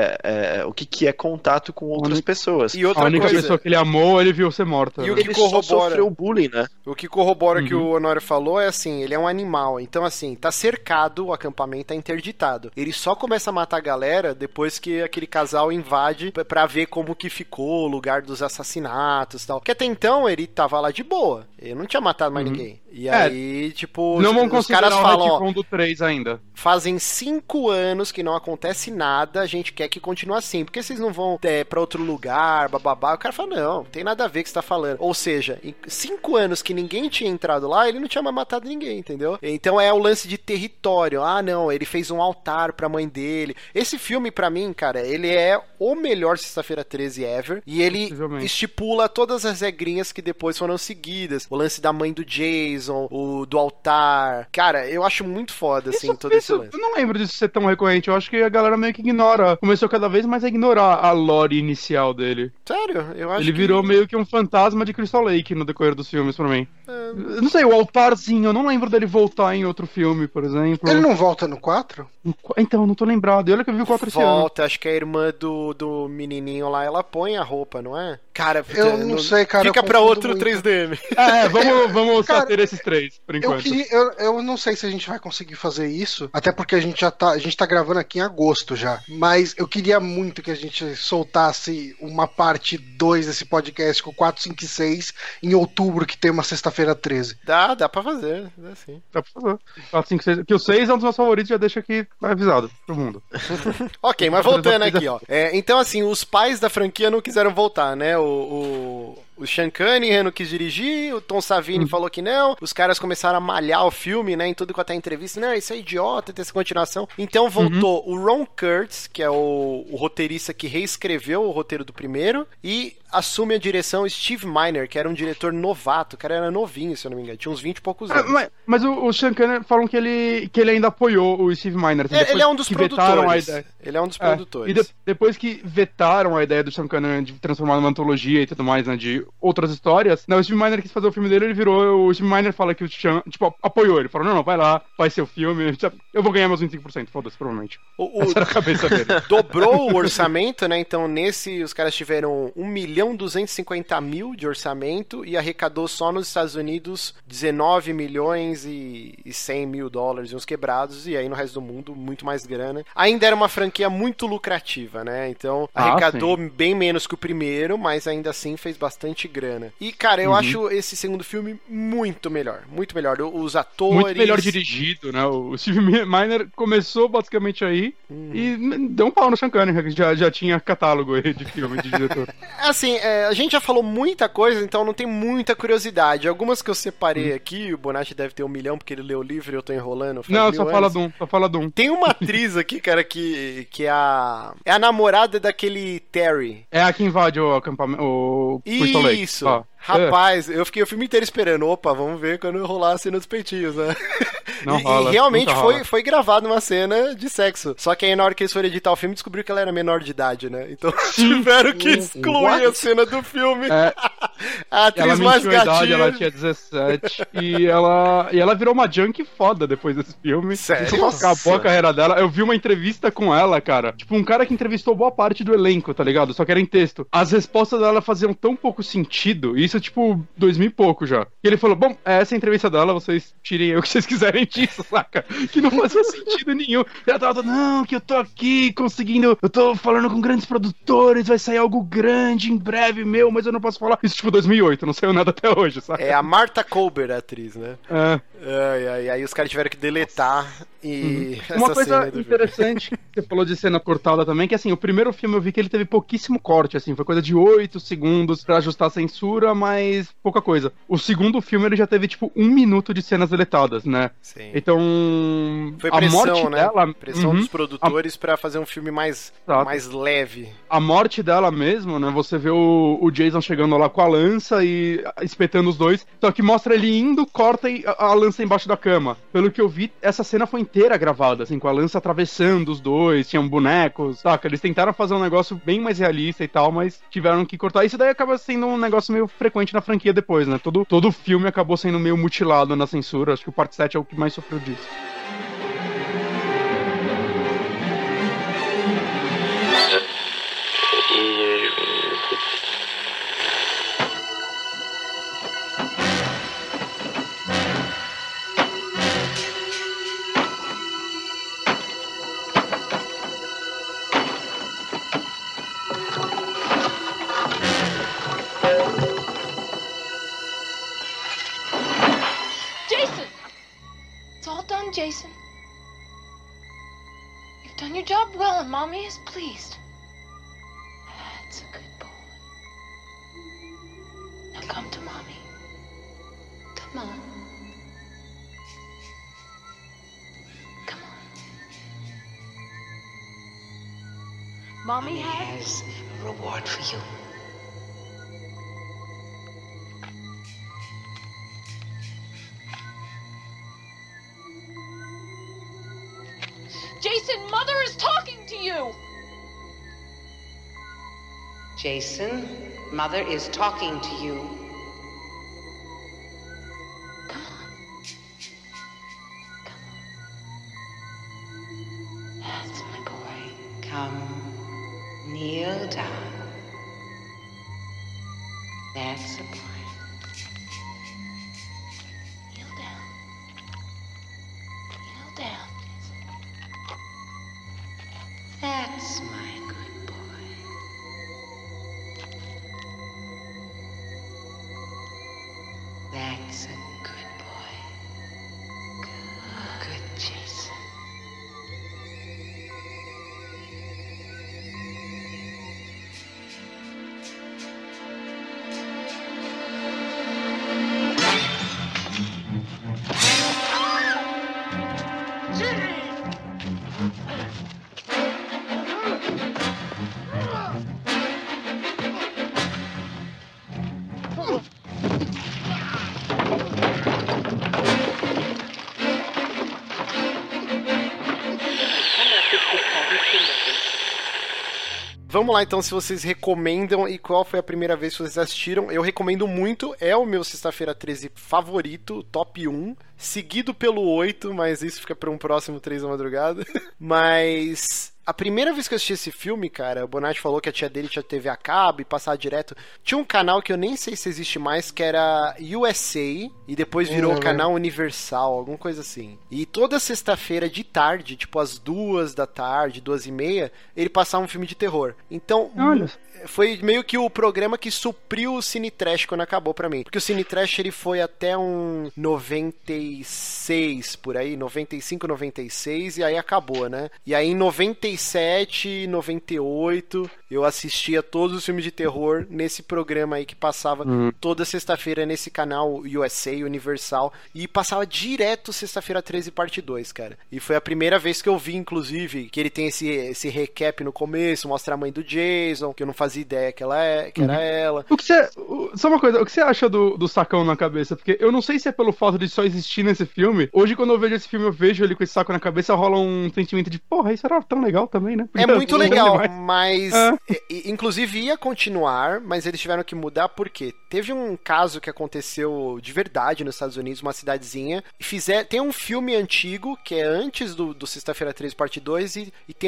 é contato com outras pessoas. E outra a única coisa... pessoa que ele amou, ele viu ser morta. E o que ele só sofreu bullying, né? O que corrobora o que o Honório falou é assim, ele é um animal, então assim, tá cercado, o acampamento tá interditado. Ele só começa a matar a galera depois que aquele casal invade pra ver como que ficou o lugar dos assassinatos e tal. Porque até então ele tava lá de boa, ele não tinha matado mais ninguém. E aí, tipo, não vão os caras falam, do 3 ainda. Fazem 5 anos que não acontece nada, a gente quer que continue assim, porque vocês não vão pra outro lugar, bababá. O cara fala, não tem nada a ver com o que você tá falando. Ou seja, em 5 anos que ninguém tinha entrado lá, ele não tinha mais matado ninguém, entendeu? Então é o lance de território. Ah, não, ele fez um altar pra mãe dele. Esse filme, pra mim, cara, ele é o melhor Sexta-feira 13 ever, e ele estipula todas as regrinhas que depois foram seguidas. O lance da mãe do Jason, Jason, o do altar. Cara, eu acho muito foda, assim, todo esse lance. Eu não lembro disso ser tão recorrente. Eu acho que a galera meio que ignora. Começou cada vez mais a ignorar a lore inicial dele. Sério? Eu acho Ele virou meio que um fantasma de Crystal Lake no decorrer dos filmes, pra mim. Eu não sei, o altarzinho, eu não lembro dele voltar em outro filme, por exemplo. Ele não volta no 4? Então, não tô lembrado. E olha que eu vi o 4 esse ano. Volta, acho que a irmã do menininho lá, ela põe a roupa, não é? Cara, Eu não sei, cara. Fica eu pra confundo outro muito. 3DM. Vamos Cara, só ter esses três, por enquanto. Eu não sei se a gente vai conseguir fazer isso, até porque a gente tá gravando aqui em agosto já. Mas eu queria muito que a gente soltasse uma parte 2 desse podcast com 4, 5 e 6 em outubro, que tem uma sexta-feira 13. Dá pra fazer, dá sim. Dá pra fazer. 4, 5, 6. Que o 6 é um dos meus favoritos, já deixa aqui avisado pro mundo. Ok, mas voltando aqui, ó. Então, assim, os pais da franquia não quiseram voltar, né? O Sean Cunningham não quis dirigir, o Tom Savini falou que não, os caras começaram a malhar o filme, né, em tudo quanto é entrevista, não, isso é idiota, ter essa continuação. Então voltou o Ron Kurtz, que é o roteirista que reescreveu o roteiro do primeiro, e assume a direção Steve Miner, que era um diretor novato, o cara era novinho, se eu não me engano, tinha uns 20 e poucos anos. Mas o Sean Cunningham falam que ele ainda apoiou o Steve Miner. Assim, Ele é um dos produtores. Ele é um dos produtores. E depois que vetaram a ideia do Sean Cunningham de transformar numa antologia e tudo mais, né, de outras histórias, o Steve Miner quis fazer o filme dele, ele virou, o Steve Miner fala que o Sean, tipo, apoiou ele, falou, não, vai lá, faz seu filme, eu vou ganhar meus 25%, foda-se, provavelmente. Essa era a cabeça dele. Dobrou o orçamento, né, então nesse os caras tiveram 1.250.000 de orçamento e arrecadou só nos Estados Unidos 19 milhões e 100 mil dólares, uns quebrados, e aí no resto do mundo muito mais grana. Ainda era uma franquia muito lucrativa, né, então arrecadou bem menos que o primeiro, mas ainda assim fez bastante grana. E, cara, eu acho esse segundo filme muito melhor. Muito melhor. Os atores... Muito melhor dirigido, né? O Steve Miner começou basicamente aí e deu um pau no Sean Cunningham, que já tinha catálogo aí de filme, de diretor. Assim, a gente já falou muita coisa, então não tem muita curiosidade. Algumas que eu separei aqui, o Bonatti deve ter 1 milhão, porque ele leu o livro e eu tô enrolando. Não, só fala de um. Tem uma atriz aqui, cara, que é a namorada daquele Terry. É a que invade o acampamento, o Crystal Lake. Isso. Rapaz, eu fiquei o filme inteiro esperando. Opa, vamos ver quando rolar a cena dos peitinhos, né? E realmente foi gravado uma cena de sexo. Só que aí na hora que eles foram editar o filme, descobriu que ela era menor de idade, né? Então tiveram que excluir a cena do filme. A atriz mais gatinha. Ela tinha 17 e ela virou uma junkie foda depois desse filme. Sério? Acabou a carreira dela. Eu vi uma entrevista com ela, cara. Tipo, um cara que entrevistou boa parte do elenco, tá ligado? Só que era em texto. As respostas dela faziam tão pouco sentido. Isso, tipo, 2000 e pouco já. E ele falou, bom, essa é a entrevista dela, vocês tirem o que vocês quiserem disso, saca? Que não fazia sentido nenhum. E ela tava, não, que eu tô aqui conseguindo, eu tô falando com grandes produtores, vai sair algo grande em breve, mas eu não posso falar. Isso, tipo, 2008, não saiu nada até hoje, saca? É a Martha Colbert, a atriz, né? Aí os caras tiveram que deletar e... Uma coisa interessante que você falou de cena cortada também, que assim, o primeiro filme eu vi que ele teve pouquíssimo corte, assim, foi coisa de 8 segundos pra ajustar a censura, mas pouca coisa. O segundo filme ele já teve, tipo, 1 minuto de cenas deletadas, né? Sim. Então, foi pressão, a morte dela... Pressão dos produtores pra fazer um filme mais leve. A morte dela mesmo, né? Você vê o Jason chegando lá com a lança e espetando os dois, só que mostra ele indo, corta a lança embaixo da cama. Pelo que eu vi, essa cena foi inteira gravada, assim, com a lança atravessando os dois, tinham bonecos, saca? Eles tentaram fazer um negócio bem mais realista e tal, mas tiveram que cortar. Isso daí acaba sendo um negócio meio frequente na franquia depois, né? Todo filme acabou sendo meio mutilado na censura. Acho que o Parte 7 é o que mais sofreu disso. Jason. You've done your job well, and Mommy is pleased. That's a good boy. Now come to Mommy. Come on. Come on. Mommy has a reward for you. Jason, Mother is talking to you! Jason, Mother is talking to you. Come on. That's my boy. Come, kneel down. That's a boy. Kneel down. Kneel down, Jason. That's my good boy. That's a good boy. Good Jason. Vamos lá então, se vocês recomendam e qual foi a primeira vez que vocês assistiram. Eu recomendo muito, é o meu Sexta-feira 13 favorito, top 1, seguido pelo 8, mas isso fica para um próximo 3 da madrugada. Mas a primeira vez que eu assisti esse filme, cara, o Bonatti falou que a tia dele tinha TV a cabo e passava direto. Tinha um canal que eu nem sei se existe mais, que era USA, e depois virou canal Universal, alguma coisa assim. E toda sexta-feira de tarde, tipo às 2 da tarde, 2:30, ele passava um filme de terror. Então, foi meio que o programa que supriu o Cine Trash quando acabou pra mim. Porque o Cine Trash, ele foi até um 96, por aí, 95, 96, e aí acabou, né? E aí em 97, 98, eu assistia todos os filmes de terror nesse programa aí que passava toda sexta-feira nesse canal USA, Universal, e passava direto Sexta-feira 13, parte 2, cara. E foi a primeira vez que eu vi, inclusive, que ele tem esse recap no começo, mostra a mãe do Jason, que eu não fazia ideia que era ela. Só uma coisa, o que você acha do sacão na cabeça? Porque eu não sei se é pelo fato de só existir nesse filme. Hoje, quando eu vejo esse filme, eu vejo ele com esse saco na cabeça, rola um sentimento de, porra, isso era tão legal também, né? É muito legal, mas inclusive ia continuar, mas eles tiveram que mudar porque teve um caso que aconteceu de verdade nos Estados Unidos, uma cidadezinha, tem um filme antigo, que é antes do Sexta-feira 13, parte 2,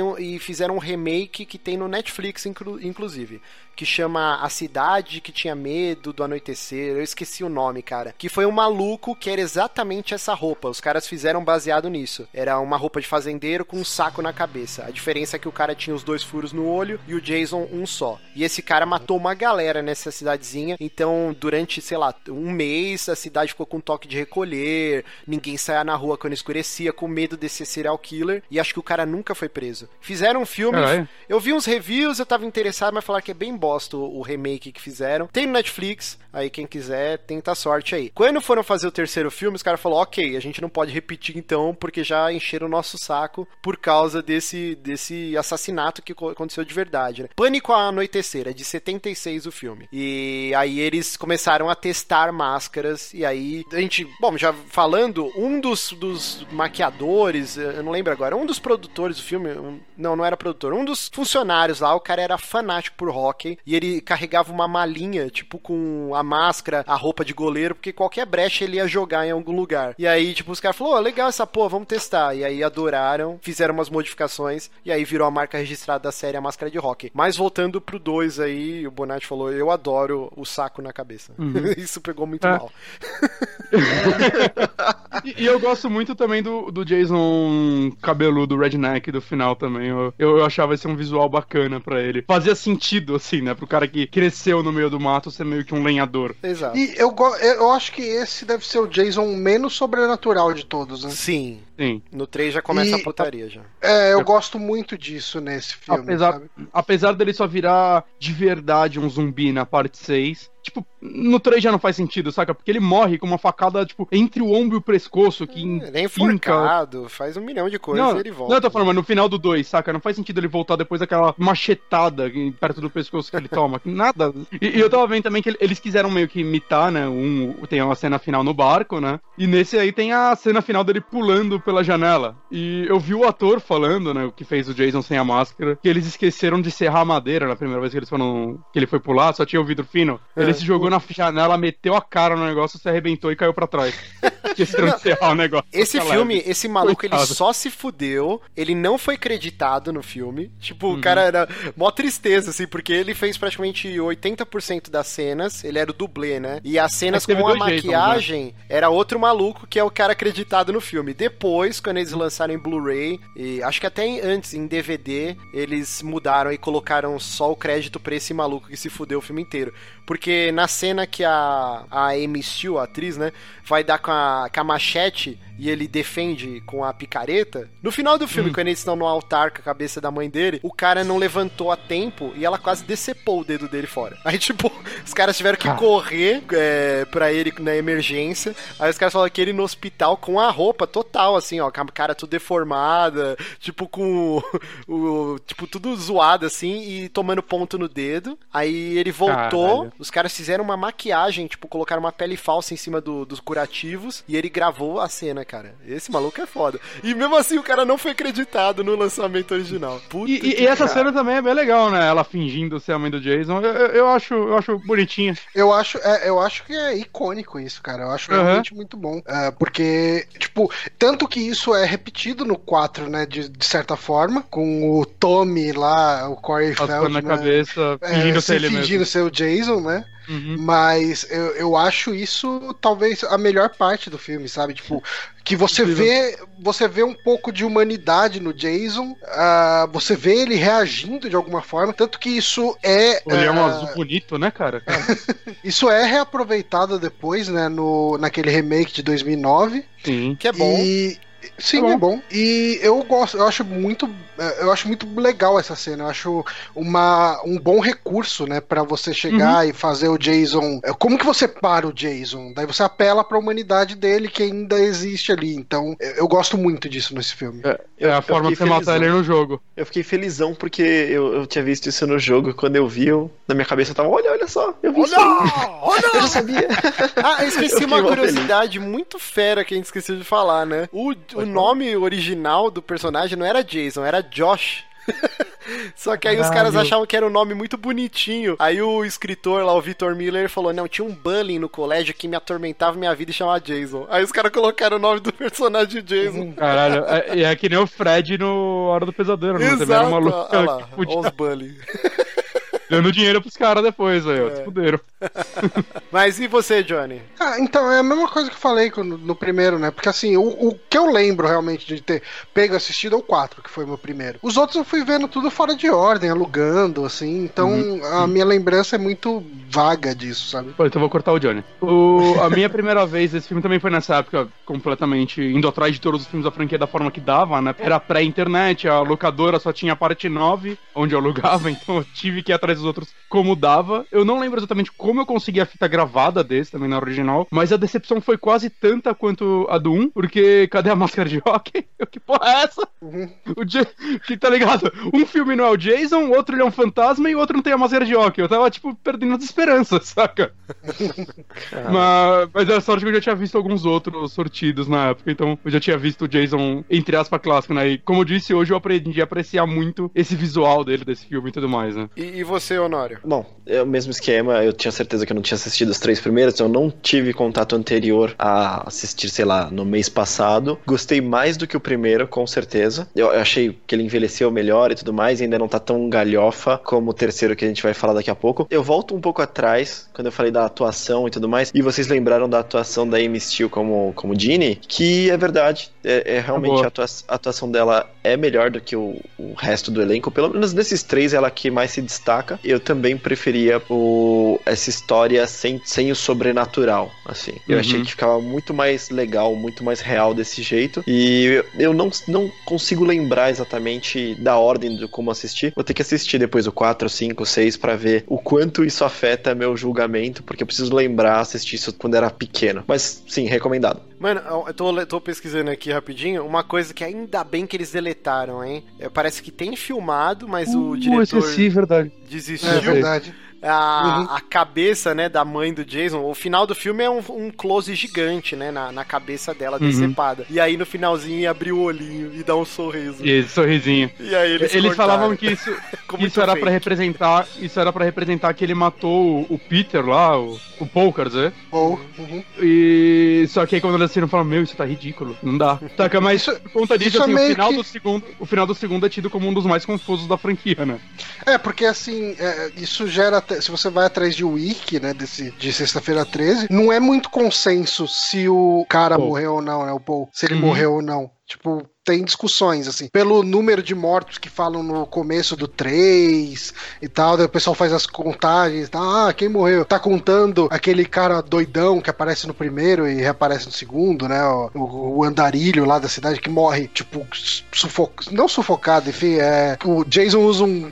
e fizeram um remake que tem no Netflix, inclusive, que chama A Cidade que Tinha Medo do Anoitecer. Eu esqueci o nome, cara. Que foi um maluco que era exatamente essa roupa. Os caras fizeram baseado nisso. Era uma roupa de fazendeiro com um saco na cabeça. A diferença é que o cara tinha os 2 furos no olho e o Jason um só. E esse cara matou uma galera nessa cidadezinha. Então, durante, sei lá, um mês, a cidade ficou com toque de recolher. Ninguém saía na rua quando escurecia, com medo desse serial killer. E acho que o cara nunca foi preso. Fizeram um filme. Eu vi uns reviews, eu tava interessado, mas falaram que é bem bosta o remake que fizeram. Tem no Netflix, aí quem quiser, tenta a sorte aí. Quando foram fazer o terceiro filme, os caras falaram, ok, a gente não pode repetir então, porque já encheram o nosso saco por causa desse assassinato que aconteceu de verdade, né? Pânico ao Anoitecer, é de 76 o filme. E aí eles começaram a testar máscaras, e aí a gente, bom, já falando, um dos maquiadores, eu não lembro agora, um dos produtores do filme, não era produtor, um dos funcionários lá, o cara era fanático por hockey, e ele carregava uma malinha, tipo, com a máscara, a roupa de goleiro, porque qualquer brecha ele ia jogar em algum lugar. E aí, tipo, os caras falaram, legal essa porra, vamos testar. E aí adoraram, fizeram umas modificações, e aí virou a marca registrada da série, a máscara de hockey. Mas voltando pro 2 aí, o Bonatti falou, eu adoro o saco na cabeça. Isso pegou muito mal. E eu gosto muito também do Jason cabeludo, redneck do final também. Eu achava esse um visual bacana pra ele. Fazia sentido, assim, né? Pro cara que cresceu no meio do mato ser meio que um lenhador. Exato. E eu acho que esse deve ser o Jason menos sobrenatural de todos, né? Sim. Sim. No 3 já começa a putaria já. Eu gosto muito disso nesse filme, sabe? Apesar dele só virar de verdade um zumbi na parte 6, tipo, no 3 já não faz sentido, saca? Porque ele morre com uma facada, tipo, entre o ombro e o pescoço, que Ele é enforcado, faz um milhão de coisas e ele volta. Não, eu tô falando, mas no final do 2, saca? Não faz sentido ele voltar depois daquela machetada perto do pescoço que ele toma. Nada. E eu tava vendo também que eles quiseram meio que imitar, né? Tem uma cena final no barco, né? E nesse aí tem a cena final dele pulando pela janela. E eu vi o ator falando, né? O que fez o Jason sem a máscara, que eles esqueceram de serrar a madeira na primeira vez que eles foram. Que ele foi pular, só tinha o vidro fino. Ele se jogou na janela, meteu a cara no negócio, se arrebentou e caiu pra trás. Esqueceram de serrar o negócio. Esse filme, esse maluco, coitado, ele só se fudeu. Ele não foi creditado no filme. Tipo, o cara era mó tristeza, assim, porque ele fez praticamente 80% das cenas. Ele era o dublê, né? E as cenas com a maquiagem era outro maluco que é o cara acreditado no filme. Depois, quando eles lançaram em Blu-ray, e acho que até antes, em DVD, eles mudaram e colocaram só o crédito pra esse maluco que se fudeu o filme inteiro. Porque na cena que a Amy Stewart, a atriz, né, vai dar com a machete e ele defende com a picareta, no final do filme, quando eles estão no altar com a cabeça da mãe dele, o cara não levantou a tempo e ela quase decepou o dedo dele fora. Aí, tipo, os caras tiveram que correr pra ele na emergência. Aí os caras falaram que ele no hospital com a roupa total, assim, ó, com a cara tudo deformada, tipo, com tipo, tudo zoado, assim, e tomando ponto no dedo. Aí ele voltou, os caras fizeram uma maquiagem, tipo, colocaram uma pele falsa em cima dos curativos e ele gravou a cena, cara. Esse maluco é foda. E mesmo assim o cara não foi acreditado no lançamento original. E essa cena também é bem legal, né? Ela fingindo ser a mãe do Jason. Eu acho bonitinha. Eu acho que é icônico isso, cara. Eu acho realmente muito bom. Porque, tipo, tanto que isso é repetido no 4, né? De certa forma, com o Tommy lá, o Corey Feldman na cabeça, fingindo ser o Jason, né? Mas eu acho isso talvez a melhor parte do filme, sabe? Tipo, que você vê um pouco de humanidade no Jason, você vê ele reagindo de alguma forma, tanto que isso é... Ele é um azul bonito, né, cara? Isso é reaproveitado depois, né, naquele remake de 2009. Sim. Que é bom. Sim, é bom. E eu acho muito legal essa cena. Eu acho um bom recurso, né, pra você chegar e fazer o Jason. Como que você para o Jason? Daí você apela pra humanidade dele que ainda existe ali. Então, eu gosto muito disso nesse filme. É a forma que você mata ele no jogo. Eu fiquei felizão porque eu tinha visto isso no jogo. Quando eu vi, na minha cabeça tava, olha só, eu vi isso. Olha! Eu já sabia. Eu esqueci uma curiosidade muito fera que a gente esqueceu de falar, né? O nome original do personagem não era Jason, era Josh. Só que aí os caras achavam que era um nome muito bonitinho. Aí o escritor lá, o Victor Miller, falou: não, tinha um bullying no colégio que me atormentava minha vida e chamava Jason. Aí os caras colocaram o nome do personagem Jason. Caralho, é que nem o Fred no Hora do Pesadelo, né? Exato, Era uma luta olha lá, os bullying. Dando dinheiro pros caras depois, aí, se fuderam. Mas e você, Johnny? Então, é a mesma coisa que eu falei no primeiro, né? Porque assim, o que eu lembro realmente de ter pego e assistido é o 4, que foi o meu primeiro. Os outros eu fui vendo tudo fora de ordem, alugando, assim. Então, a minha lembrança é muito vaga disso, sabe? Pô, então eu vou cortar o Johnny. A minha primeira vez desse filme também foi nessa época, completamente indo atrás de todos os filmes da franquia da forma que dava, né? Era pré-internet, a locadora só tinha a parte 9, onde eu alugava, então eu tive que ir atrás dos outros como dava. Eu não lembro exatamente como eu consegui a fita gravada desse, também na original, mas a decepção foi quase tanta quanto a do 1, porque cadê a máscara de hockey? Que porra é essa? Que tá ligado? Um filme não é o Jason, o outro ele é um fantasma e o outro não tem a máscara de hockey. Eu tava, tipo, perdendo as esperanças, saca? Mas é sorte que eu já tinha visto alguns outros sortidos na época, então eu já tinha visto o Jason, entre aspas, clássico, né? E como eu disse, hoje eu aprendi a apreciar muito esse visual dele, desse filme e tudo mais, né? E você, Honório? Bom, é o mesmo esquema, eu tinha certeza que eu não tinha assistido os 3 primeiros, então eu não tive contato anterior a assistir, sei lá, no mês passado. Gostei mais do que o primeiro, com certeza. Eu achei que ele envelheceu melhor e tudo mais, e ainda não tá tão galhofa como o terceiro que a gente vai falar daqui a pouco. Eu volto um pouco atrás, quando eu falei da atuação e tudo mais, e vocês lembraram da atuação da Amy Stewart como Ginny, que é verdade, realmente a atuação dela é melhor do que o resto do elenco, pelo menos nesses 3 ela que mais se destaca. Eu também preferia essa história sem o sobrenatural, assim. Eu achei que ficava muito mais legal, muito mais real desse jeito, e eu não consigo lembrar exatamente da ordem de como assistir. Vou ter que assistir depois o 4, 5, 6 pra ver o quanto isso afeta afeta meu julgamento, porque eu preciso lembrar, assistir isso quando era pequeno. Mas, sim, recomendado. Mano, eu tô pesquisando aqui rapidinho, uma coisa que ainda bem que eles deletaram, hein? Parece que tem filmado, mas o diretor Esqueci, verdade. desistiu. É verdade. A cabeça, né, da mãe do Jason, o final do filme é um close gigante, né, na cabeça dela decepada. E aí no finalzinho ia abrir o olhinho e dar um sorriso. E esse sorrisinho. E aí eles cortaram. falavam que isso era fake. pra representar, que ele matou o Peter lá, o Paul, quer dizer. Ou. E só que aí quando eles assistiram, falaram, meu, isso tá ridículo, não dá. Saca, mas por conta disso, isso assim, é o meio final do segundo é tido como um dos mais confusos da franquia, né? Porque assim, isso gera. Se você vai atrás de wiki, né, de Sexta-feira 13, não é muito consenso se o cara morreu ou não, né, o Paul, se ele morreu ou não. Tipo, tem discussões, assim, pelo número de mortos que falam no começo do 3 e tal, daí o pessoal faz as contagens, tá, quem morreu? Tá contando aquele cara doidão que aparece no primeiro e reaparece no segundo, né, o andarilho lá da cidade que morre, tipo, não sufocado, enfim, o Jason usa um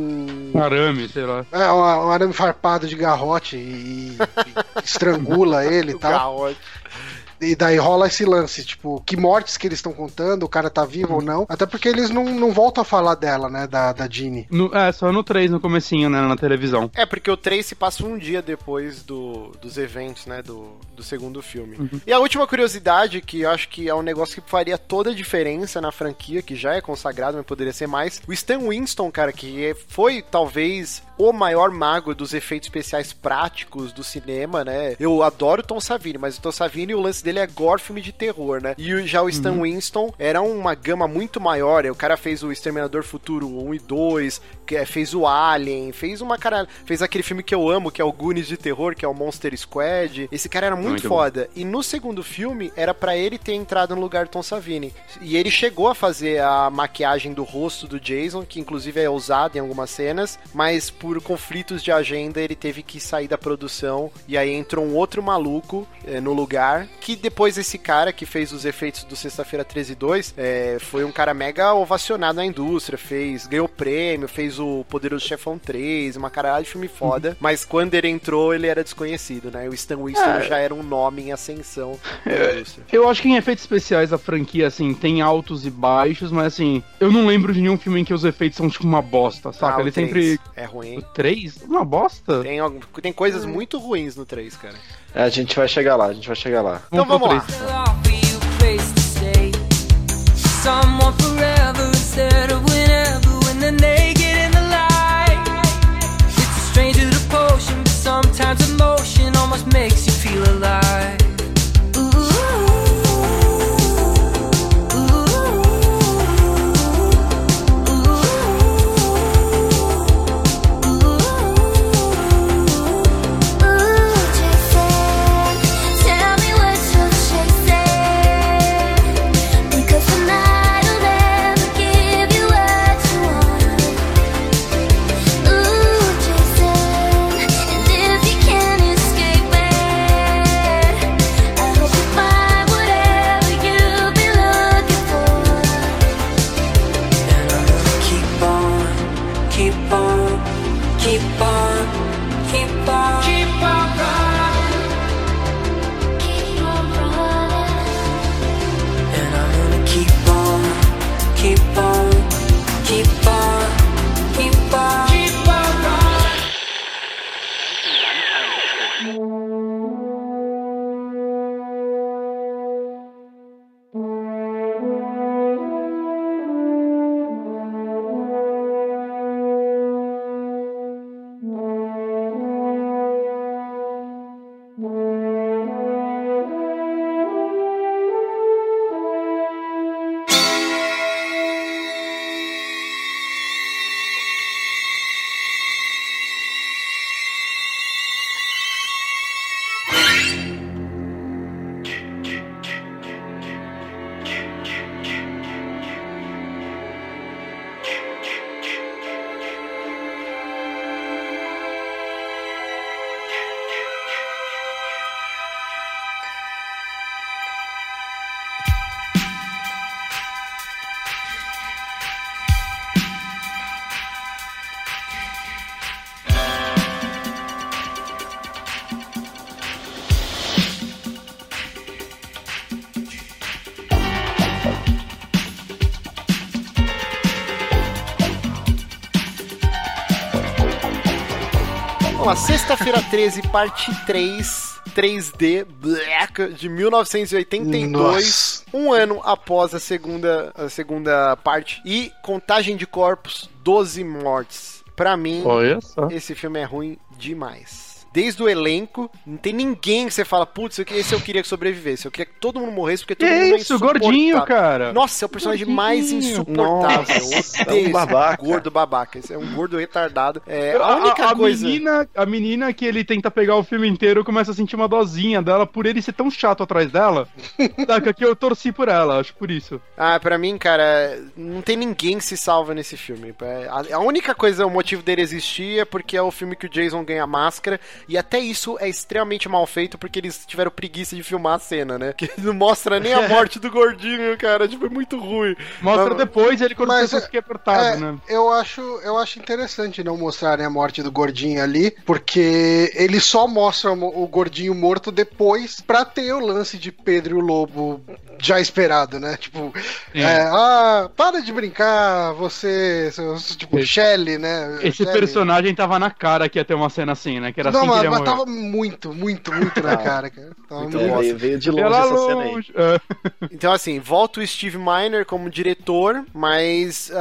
arame, sei lá. Um arame farpado de garrote e estrangula ele e tal. Garrote. E daí rola esse lance, tipo, que mortes que eles estão contando, o cara tá vivo ou não. Até porque eles não voltam a falar dela, né, da Jeannie. Só no 3, no comecinho, né, na televisão. Porque o 3 se passa um dia depois dos eventos, né, do segundo filme. E a última curiosidade, que eu acho que é um negócio que faria toda a diferença na franquia, que já é consagrado, mas poderia ser mais, o Stan Winston, cara, que foi, talvez, o maior mago dos efeitos especiais práticos do cinema, né? Eu adoro o Tom Savini, mas o Tom Savini, o lance dele é gore, filme de terror, né? E já o Stan Winston era uma gama muito maior. O cara fez o Exterminador Futuro 1 e 2, fez o Alien, fez aquele filme que eu amo, que é o Goonies de terror, que é o Monster Squad. Esse cara era muito foda. Bom. E no segundo filme, era pra ele ter entrado no lugar do Tom Savini. E ele chegou a fazer a maquiagem do rosto do Jason, que inclusive é usada em algumas cenas, mas por conflitos de agenda, ele teve que sair da produção, e aí entrou um outro maluco no lugar, que depois esse cara que fez os efeitos do Sexta-feira 13 2, foi um cara mega ovacionado na indústria, ganhou prêmio, fez o Poderoso Chefão 3, uma caralho de filme foda, mas quando ele entrou, ele era desconhecido, né? O Stan Winston já era um nome em ascensão da indústria. Eu acho que em efeitos especiais a franquia, assim, tem altos e baixos, mas assim, eu não lembro de nenhum filme em que os efeitos são tipo uma bosta, saca? Ele sempre... É ruim. O 3? Uma bosta? Tem coisas muito ruins no 3, cara. A gente vai chegar lá, Então vamos lá. Someone forever instead of whenever, when they're naked in the light. It's a stranger to potion, but sometimes emotion almost makes you feel alive. Vamos lá, Sexta-feira 13, parte 3, 3D, Black, de 1982, Nossa. um ano após a segunda parte, e Contagem de Corpos, 12 mortes. Pra mim, Olha só. esse filme é ruim demais. Desde o elenco, não tem ninguém que você fala, putz, esse eu queria que sobrevivesse. Eu queria que todo mundo morresse, porque todo mundo é isso, insuportável. gordinho, cara. Nossa, é o personagem mais insuportável. Nossa, Eu odeio é um babaca. esse gordo babaca. Esse é um gordo retardado. É, a única coisa... A menina que ele tenta pegar o filme inteiro começa a sentir uma dosinha dela por ele ser tão chato atrás dela. Saca, que eu torci por ela, acho por isso. Ah, pra mim, cara, não tem ninguém que se salva nesse filme. A única coisa, o motivo dele existir é porque é o filme que o Jason ganha máscara, e até isso é extremamente mal feito porque eles tiveram preguiça de filmar a cena, né? Que não mostra nem a morte do gordinho, cara, tipo, é muito ruim. Mostra depois ele quando você fica apertado, né? Eu acho interessante não mostrarem a morte do gordinho ali, porque eles só mostram o gordinho morto depois pra ter o lance de Pedro e o Lobo já esperado, né? Tipo, para de brincar, você, tipo, Shelley, né? Esse Shelley. personagem tava na cara que ia ter uma cena assim, né? Que era assim que ele ia mas morrer. tava muito na cara, cara. Tava Muito muito- bom. Veio de longe Pela essa cena aí. longe. Então, assim, volta o Steve Miner como diretor, mas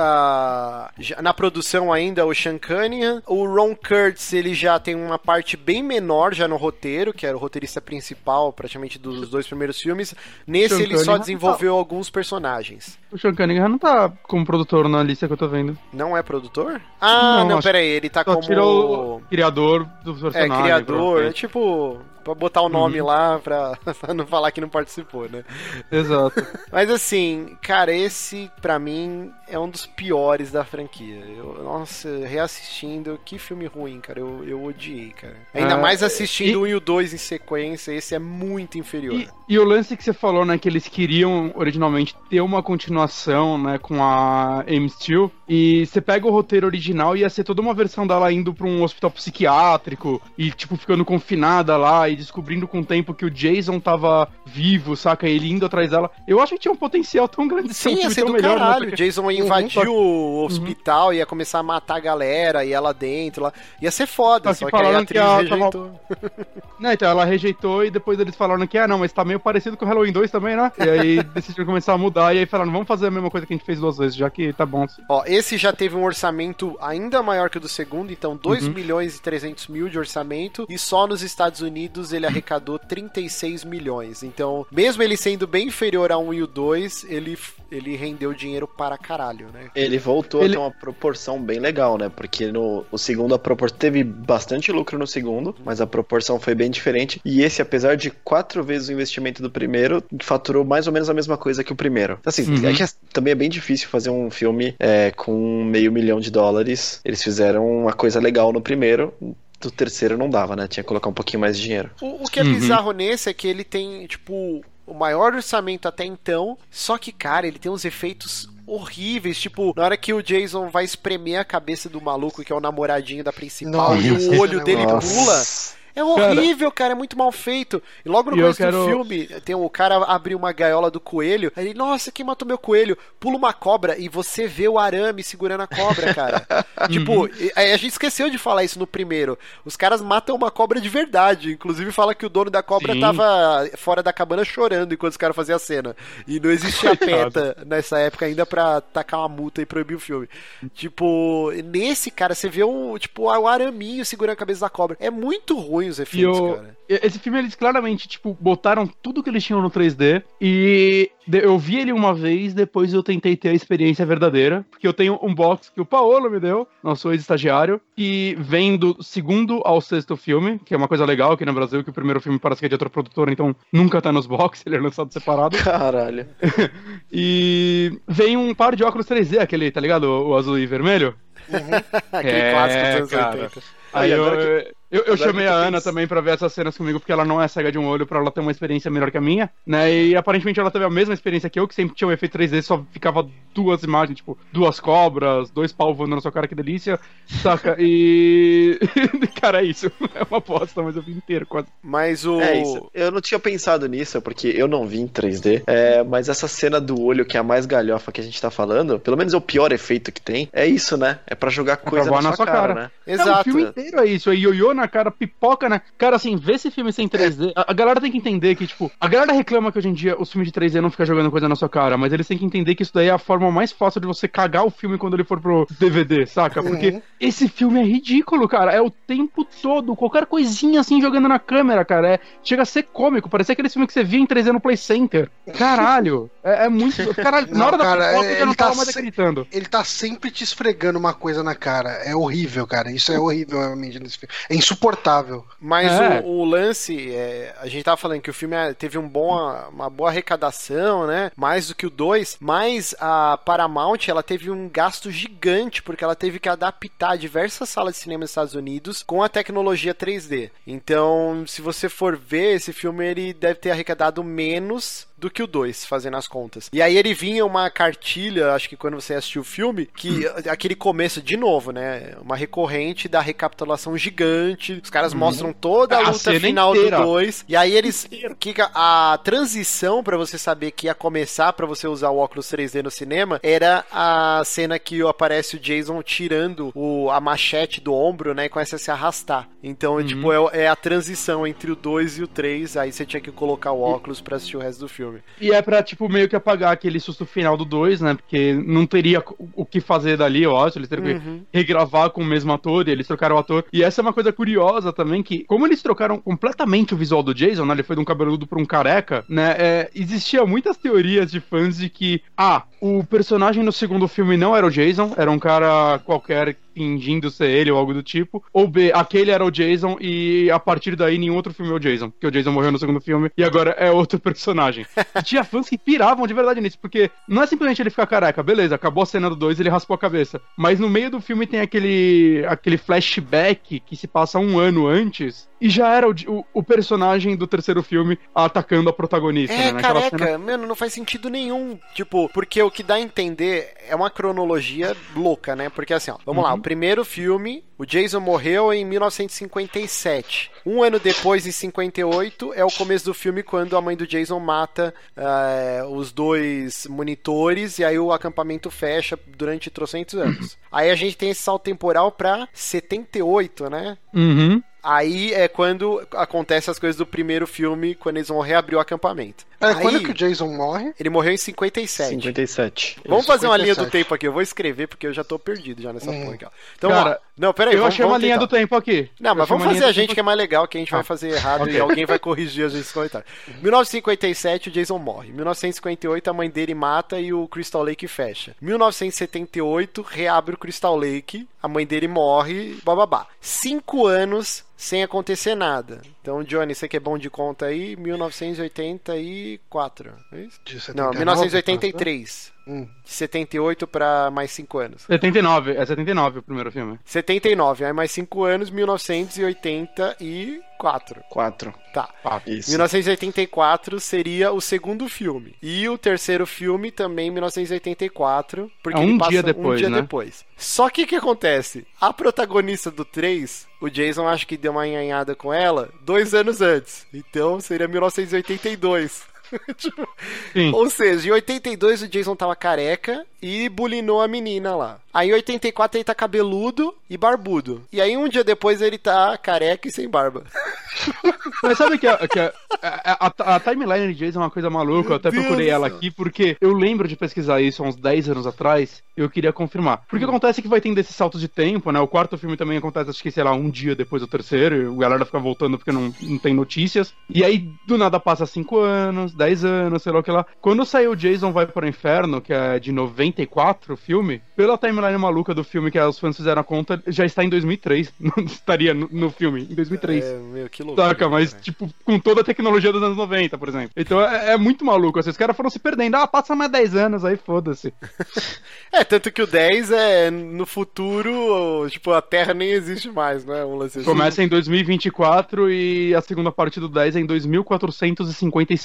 na produção ainda o Sean Cunningham. O Ron Curtis, ele já tem uma parte bem menor já no roteiro, que era o roteirista principal praticamente dos dois primeiros filmes. Nesse Sean ele só Cunningham desenvolveu alguns personagens. O Sean Cunningham não tá como produtor na lista que eu tô vendo. Não é produtor? Ah, não, acho peraí, ele tá Só como... tirou o criador do personagem. criador, é provavelmente. tipo... Pra botar o nome lá, pra não falar que não participou, né? Exato. Mas assim, cara, esse pra mim é um dos piores da franquia. Nossa, reassistindo, que filme ruim, cara. Eu odiei, cara. Ainda mais assistindo o 1 e o 2 em sequência, esse é muito inferior. E o lance que você falou, né, que eles queriam originalmente ter uma continuação, né, com a Amy Steel, e você pega o roteiro original e ia ser toda uma versão dela indo pra um hospital psiquiátrico e, tipo, ficando confinada lá e descobrindo com o tempo que o Jason tava vivo, saca? Ele indo atrás dela. Eu acho que tinha um potencial tão grande de ser um Sim, ia filme ser tão do melhor, caralho. né? O Jason ia invadir o hospital, ia começar a matar a galera, ia lá dentro. Ia ser foda, Só só que que aí a falaram atriz que ela rejeitou. Não, então ela rejeitou e depois eles falaram que, não, mas tá meio parecido com o Halloween 2 também, né? E aí decidiram começar a mudar e aí falaram, vamos fazer a mesma coisa que a gente fez 2 vezes, já que tá bom. Ó, esse já teve um orçamento ainda maior que o do segundo, então 2 milhões e 300 mil de orçamento, e só nos Estados Unidos ele arrecadou 36 milhões. Então, mesmo ele sendo bem inferior a 1 e o 2, ele rendeu dinheiro para caralho, né? Ele voltou a ter uma proporção bem legal, né? Porque o segundo, a proporção teve bastante lucro no segundo, mas a proporção foi bem diferente. E esse, apesar de 4 vezes o investimento do primeiro, faturou mais ou menos a mesma coisa que o primeiro. Assim, é que também é bem difícil fazer um filme com $500 mil. Eles fizeram uma coisa legal no primeiro. Do terceiro não dava, né? Tinha que colocar um pouquinho mais de dinheiro. O que é bizarro nesse é que ele tem, tipo, o maior orçamento até então, só que, cara, ele tem uns efeitos horríveis, tipo, na hora que o Jason vai espremer a cabeça do maluco, que é o namoradinho da principal, e o olho dele pula... É horrível, cara, é muito mal feito. E logo no começo do filme, tem o cara abre uma gaiola do coelho, aí ele, nossa, quem matou meu coelho? Pula uma cobra e você vê o arame segurando a cobra, cara. Tipo, a gente esqueceu de falar isso no primeiro. Os caras matam uma cobra de verdade. Inclusive fala que o dono da cobra tava fora da cabana chorando enquanto os caras faziam a cena. E não existia PETA nessa época ainda pra tacar uma multa e proibir o filme. Tipo, nesse, cara, você vê o araminho segurando a cabeça da cobra. É muito ruim os efeitos, cara. Esse filme, eles claramente, tipo, botaram tudo que eles tinham no 3D e eu vi ele uma vez, depois eu tentei ter a experiência verdadeira, porque eu tenho um box que o Paolo me deu, nosso ex-estagiário, que vem do segundo ao sexto filme, que é uma coisa legal aqui no Brasil, que o primeiro filme parece que é de outra produtora, então nunca tá nos box, ele é lançado separado. Caralho. E vem um par de óculos 3D, aquele, tá ligado? O azul e vermelho. Aquele clássico dos anos 80. Aí eu chamei a Ana também pra ver essas cenas comigo, porque ela não é cega de um olho, pra ela ter uma experiência melhor que a minha, né? E aparentemente ela teve a mesma experiência que eu, que sempre tinha um efeito 3D, só ficava 2 imagens, tipo, 2 cobras, 2 pau voando na sua cara, que delícia, saca? E... cara, é isso. É uma aposta, mas eu vi inteiro quase. Mas o... É isso. Eu não tinha pensado nisso, porque eu não vi em 3D, mas essa cena do olho, que é a mais galhofa que a gente tá falando, pelo menos é o pior efeito que tem, é isso, né? É pra jogar coisa pra na sua cara, né? Exato. Não, o filme inteiro é isso, é ioiô na cara, pipoca, né? Cara, assim, ver esse filme sem 3D, a galera tem que entender que, tipo, a galera reclama que hoje em dia os filmes de 3D não ficam jogando coisa na sua cara, mas eles têm que entender que isso daí é a forma mais fácil de você cagar o filme quando ele for pro DVD, saca? Porque esse filme é ridículo, cara. É o tempo todo, qualquer coisinha assim jogando na câmera, cara. Chega a ser cômico, parece aquele filme que você via em 3D no Play Center. Caralho, é muito. Caralho, na hora da pipoca eu já não tava mais acreditando. Ele tá sempre te esfregando uma coisa na cara. É horrível, cara. Isso é horrível realmente nesse filme. É insuportável. Mas o lance, a gente tava falando que o filme teve uma boa arrecadação, né? Mais do que o 2, mas a Paramount, ela teve um gasto gigante, porque ela teve que adaptar diversas salas de cinema nos Estados Unidos com a tecnologia 3D. Então, se você for ver esse filme, ele deve ter arrecadado menos do que o 2, fazendo as contas. E aí ele vinha uma cartilha, acho que quando você assistiu o filme, que aquele começo, de novo, né, uma recorrente da recapitulação gigante, os caras mostram toda a luta final inteira do 2, e aí eles, a transição pra você saber que ia começar pra você usar o óculos 3D no cinema, era a cena que aparece o Jason tirando a machete do ombro, né, e começa a se arrastar. Então, tipo, é a transição entre o 2 e o 3, aí você tinha que colocar o óculos pra assistir o resto do filme. E é pra, tipo, meio que apagar aquele susto final do 2, né? Porque não teria o que fazer dali, eu acho. Eles teriam que regravar com o mesmo ator, e eles trocaram o ator. E essa é uma coisa curiosa também, que como eles trocaram completamente o visual do Jason, né? Ele foi de um cabeludo pra um careca, né? Existia muitas teorias de fãs de que, o personagem no segundo filme não era o Jason, era um cara qualquer fingindo ser ele ou algo do tipo, ou B, aquele era o Jason e a partir daí nenhum outro filme é o Jason, porque o Jason morreu no segundo filme e agora é outro personagem. E tinha fãs que piravam de verdade nisso, porque não é simplesmente ele ficar careca, beleza, acabou a cena do 2 ele raspou a cabeça, mas no meio do filme tem aquele flashback que se passa um ano antes e já era o personagem do terceiro filme atacando a protagonista, né? Naquela careca, cena... mano, não faz sentido nenhum, tipo, porque o que dá a entender é uma cronologia louca, né? Porque assim, ó, vamos lá, o primeiro filme, o Jason morreu em 1957. Um ano depois, em 58, é o começo do filme quando a mãe do Jason mata os dois monitores e aí o acampamento fecha durante trocentos anos. Aí a gente tem esse salto temporal pra 78, né? Aí é quando acontece as coisas do primeiro filme, quando eles vão reabrir o acampamento. Quando que o Jason morre? Ele morreu em 57. 57. Vamos fazer uma linha do tempo aqui. Eu vou escrever porque eu já tô perdido já nessa porra aqui, ó. Então, cara, não, peraí. Eu achei uma linha do tempo aqui. Não, mas vamos fazer a gente que é mais legal, que a gente vai fazer errado e alguém vai corrigir a gente nos comentários. 1957, o Jason morre. 1958, a mãe dele mata e o Crystal Lake fecha. 1978, reabre o Crystal Lake, a mãe dele morre, bababá. 5 anos sem acontecer nada. Então, Johnny, você que é bom de conta aí, 1984, é isso? Não, 1983. De 78 pra mais 5 anos. 79, é 79 o primeiro filme. 79, aí mais 5 anos, 1984. 4. Tá. Isso. 1984 seria o segundo filme. E o terceiro filme também em 1984, porque ele passa dia depois, um dia né? depois. Só que o que acontece? A protagonista do 3, o Jason acho que deu uma enhanhada com ela 2 anos antes. Então seria 1982. Ou seja, em 82 o Jason tava careca e bulinou a menina lá. Aí em 84 ele tá cabeludo e barbudo. E aí um dia depois ele tá careca e sem barba. Mas sabe que a timeline de Jason é uma coisa maluca. Eu até procurei ela aqui porque eu lembro de pesquisar isso há uns 10 anos atrás e eu queria confirmar. Porque acontece que vai tendo esses saltos de tempo, né? O quarto filme também acontece, acho que, sei lá, um dia depois do terceiro, e a galera fica voltando porque não tem notícias. E aí do nada passa 5 anos, 10 anos, sei lá o que lá. Quando saiu Jason Vai para o Inferno, que é de 94 o filme, pela timeline maluca do filme que os fãs fizeram a conta, já está em 2003. Não estaria no filme, em 2003. Meu, que louco. Saca, mas tipo, com toda a tecnologia dos anos 90, por exemplo. Então é muito maluco, assim, os caras foram se perdendo. Passa mais 10 anos, aí foda-se. Tanto que o 10 é no futuro, tipo, a Terra nem existe mais, né? Um lance assim. Começa em 2024 e a segunda parte do 10 é em 2455.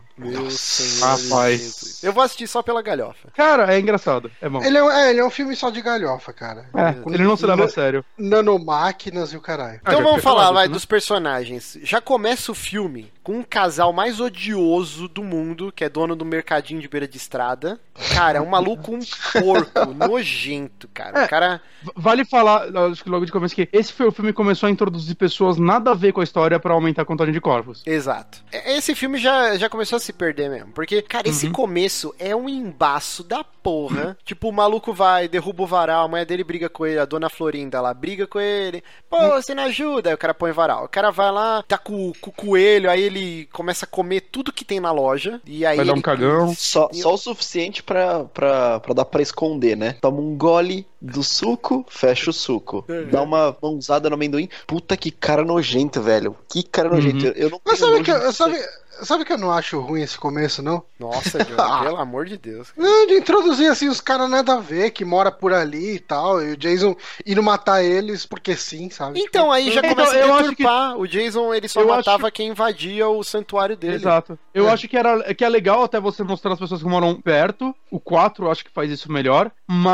Meu senhor. Rapaz. Eu vou assistir só pela galhofa. Cara, é engraçado. É bom. Ele é um filme só de galhofa, cara. Ele não se leva a sério. Nanomáquinas e o caralho. Então já vamos fica falar, claro, vai, né? dos personagens. Já começa o filme com um casal mais odioso do mundo, que é dono do mercadinho de beira de estrada. Cara, é um maluco, um porco, nojento, cara. O cara... Vale falar, acho que logo de começo, que esse foi o filme que começou a introduzir pessoas nada a ver com a história pra aumentar a contagem de corpos. Exato. Esse filme já começou a se perder mesmo. Porque, cara, esse começo é um embaço da porra. Tipo, o maluco vai, derruba o varal, a mulher dele briga com ele, a dona Florinda lá, briga com ele. Pô, você não ajuda? Aí o cara põe varal. O cara vai lá, tá com o coelho, aí ele começa a comer tudo que tem na loja. E aí Vai dar um cagão. Só o suficiente pra dar pra esconder, né? Toma um gole do suco, fecha o suco. Dá uma mãozada no amendoim. Puta que cara nojento, velho. Que cara nojento. Eu não Mas tenho sabe nojo que, sabe que eu não acho ruim esse começo, não? Nossa, John, pelo amor de Deus. Não, de introduzir assim os caras nada a ver, que mora por ali e tal, e o Jason indo matar eles porque sim, sabe? Então, aí já Então, começa eu a acho deturpar. O Jason, ele só eu matava quem invadia o santuário dele. Exato. Eu acho que é legal até você mostrar as pessoas que moram perto. O 4 eu acho que faz isso melhor.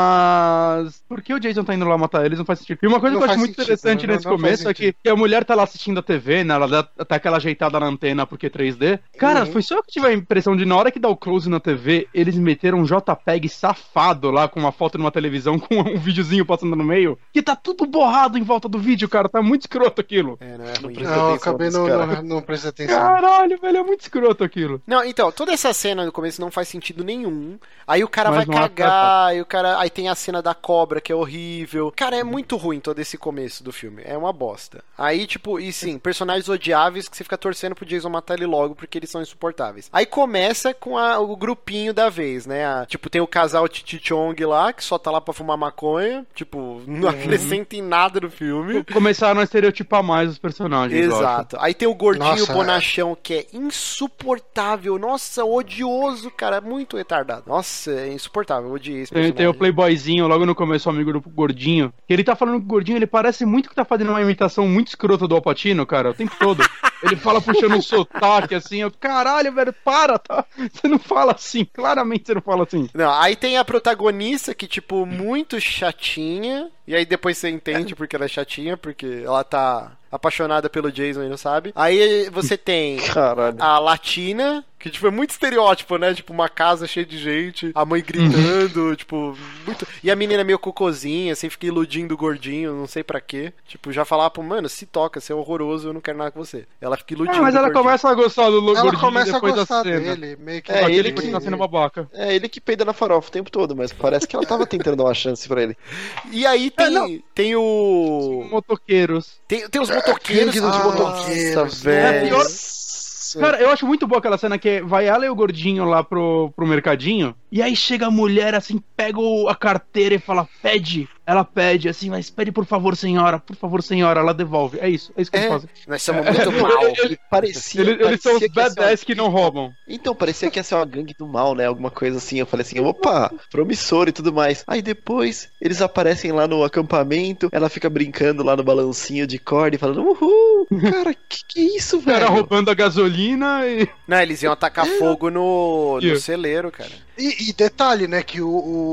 Mas por que o Jason tá indo lá matar eles? Não faz sentido. E uma coisa Não que eu acho faz muito sentido, interessante não nesse faz começo é que a mulher tá lá assistindo a TV, né? Ela dá aquela ajeitada na antena porque é 3D. Cara, foi só eu que tive a impressão de na hora que dá o close na TV, eles meteram um JPEG safado lá com uma foto numa televisão com um videozinho passando no meio. Que tá tudo borrado em volta do vídeo, cara. Tá muito escroto aquilo. É, não é ruim. Não, eu acabei não prestei atenção. Caralho, velho, é muito escroto aquilo. Não, então, toda essa cena no começo não faz sentido nenhum. Aí o cara Mas vai não é cagar, aí tem a cena da cobra que é horrível. Cara, é muito ruim todo esse começo do filme. É uma bosta. Aí, tipo, e sim, personagens odiáveis que você fica torcendo pro Jason matar ele logo porque eles são insuportáveis. Aí começa com o grupinho da vez, né? Tipo, tem o casal Titi Chong lá, que só tá lá pra fumar maconha. Tipo, não acrescenta em nada no filme. Começaram a estereotipar mais os personagens. eu acho. Exato. Aí tem o gordinho Nossa, bonachão que é insuportável. Nossa, odioso, cara. Muito retardado. Nossa, é insuportável. Eu odiei esse Tem personagem. o Playboyzinho, logo no começo, o amigo do gordinho. Que ele tá falando com o gordinho, ele parece muito que tá fazendo uma imitação muito escrota do Al Pacino, cara, o tempo todo. Ele fala puxando um sotaque, assim, eu, caralho, velho, para, tá? Você não fala assim, claramente você não fala assim. Não, aí tem a protagonista que, tipo, muito chatinha. E aí depois você entende porque ela é chatinha, porque ela tá apaixonada pelo Jason e não sabe. Aí você tem Caralho. a latina, que tipo é muito estereótipo, né? Tipo uma casa cheia de gente, a mãe gritando, tipo, muito... E a menina meio cocôzinha, assim, fica iludindo o gordinho, não sei pra quê. Tipo, já falava pro, mano, se toca, você é horroroso, eu não quero nada com você. Ela fica iludindo Mas o ela gordinho. começa a gostar do Ela gordinho começa a depois gostar da cena. dele, meio que. É, Só que ele ele que- continua sendo babaca. É ele que peida na farofa o tempo todo, mas parece que ela tava tentando dar uma chance pra ele. E aí tem o... Motoqueiros. Tem os motoqueiros. Gangue dos Ah, motoqueiros. nossa, velho. pior- Cara, eu acho muito boa aquela cena que vai ela e o gordinho lá pro mercadinho, e aí chega a mulher assim, pega a carteira e fala, pede. Ela pede assim, mas pede por favor, senhora, ela devolve. É isso que eles fazem. Nós somos muito mal. Parecia. Eles são os parecia que ia ser badass que não roubam. Então, parecia que ia ser uma gangue do mal, né? Alguma coisa assim. Eu falei assim, opa, promissor e tudo mais. Aí depois, eles aparecem lá no acampamento, ela fica brincando lá no balancinho de corda e falando, uhul, cara, que isso, O cara velho? roubando a gasolina e... Não, eles iam atacar fogo no celeiro, cara. E detalhe, né, que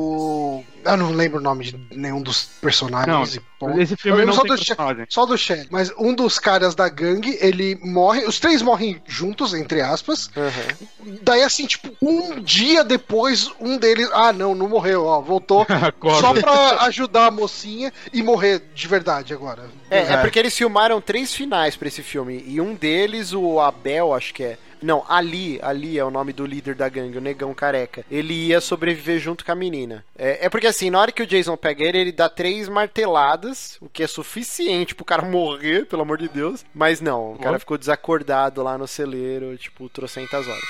eu não lembro o nome de nenhum dos personagens. Não, esse filme Eu não só tem do personagem. Só do Shelley. Mas um dos caras da gangue, ele morre. Os três morrem juntos, entre aspas. Daí, assim, tipo, um dia depois, um deles. Ah, não morreu, ó. Voltou Acorda. só pra ajudar a mocinha e morrer de verdade agora. É porque eles filmaram 3 finais pra esse filme. E um deles, o Abel, acho que é. Não, Ali é o nome do líder da gangue, o negão careca. Ele ia sobreviver junto com a menina. É porque assim, na hora que o Jason pega ele dá 3 marteladas, o que é suficiente pro cara morrer, pelo amor de Deus. Mas não, o cara ficou desacordado lá no celeiro, tipo, trocentas horas.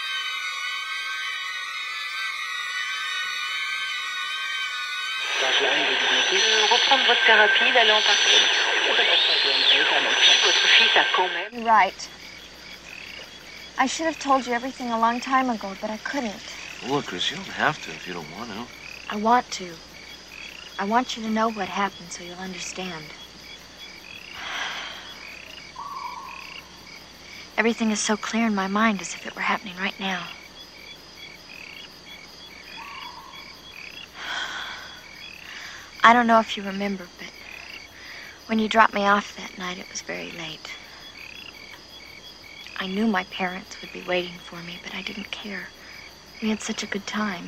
Reprendre votre thérapie, d'aller en partie. Votre fils a quand même. You're right. I should have told you everything a long time ago, but I couldn't. Look, Chris, you don't have to if you don't want to. I want to. I want you to know what happened so you'll understand. Everything is so clear in my mind as if it were happening right now. I don't know if you remember, but when you dropped me off that night, it was very late. I knew my parents would be waiting for me, but I didn't care. We had such a good time.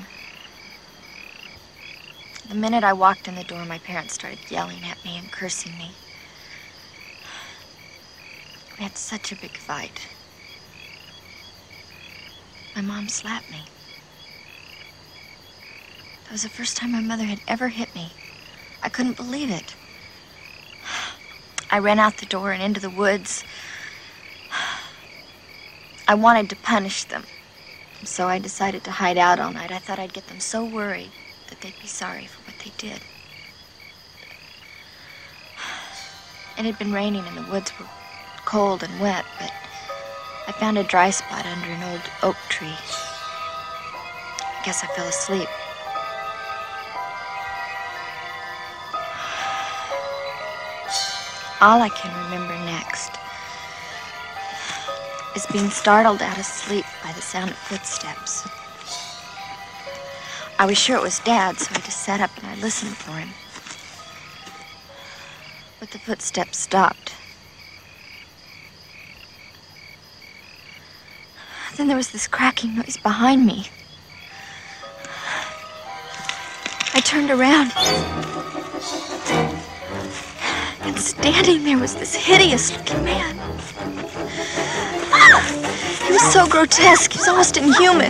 The minute I walked in the door, my parents started yelling at me and cursing me. We had such a big fight. My mom slapped me. That was the first time my mother had ever hit me. I couldn't believe it. I ran out the door and into the woods. I wanted to punish them. So I decided to hide out all night. I thought I'd get them so worried that they'd be sorry for what they did. It had been raining and the woods were cold and wet, but I found a dry spot under an old oak tree. I guess I fell asleep. All I can remember next is being startled out of sleep by the sound of footsteps. I was sure it was Dad, so I just sat up and I listened for him. But the footsteps stopped. Then there was this cracking noise behind me. I turned around. And standing there was this hideous-looking man. He was so grotesque, he was almost inhuman.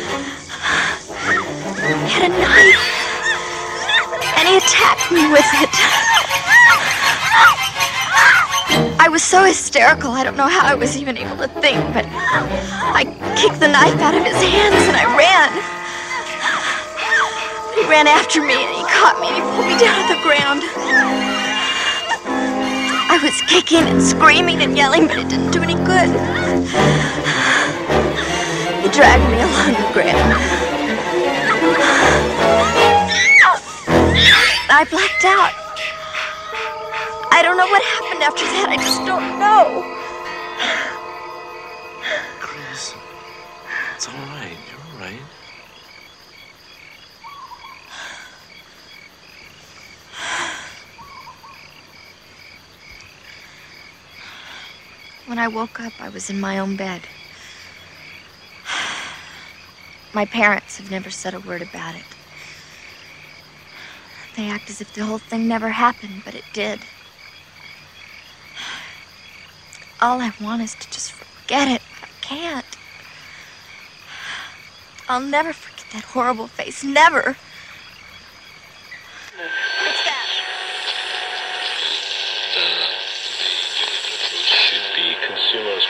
He had a knife, and he attacked me with it. I was so hysterical, I don't know how I was even able to think, but I kicked the knife out of his hands and I ran. He ran after me and he caught me and he pulled me down to the ground. I was kicking and screaming and yelling, but it didn't do any good. He dragged me along the ground. I blacked out. I don't know what happened after that. I just don't know. Chris, it's all right. You're all right. When I woke up, I was in my own bed. My parents have never said a word about it. They act as if the whole thing never happened, but it did. All I want is to just forget it, but I can't. I'll never forget that horrible face, never. What's that? Should be consumers.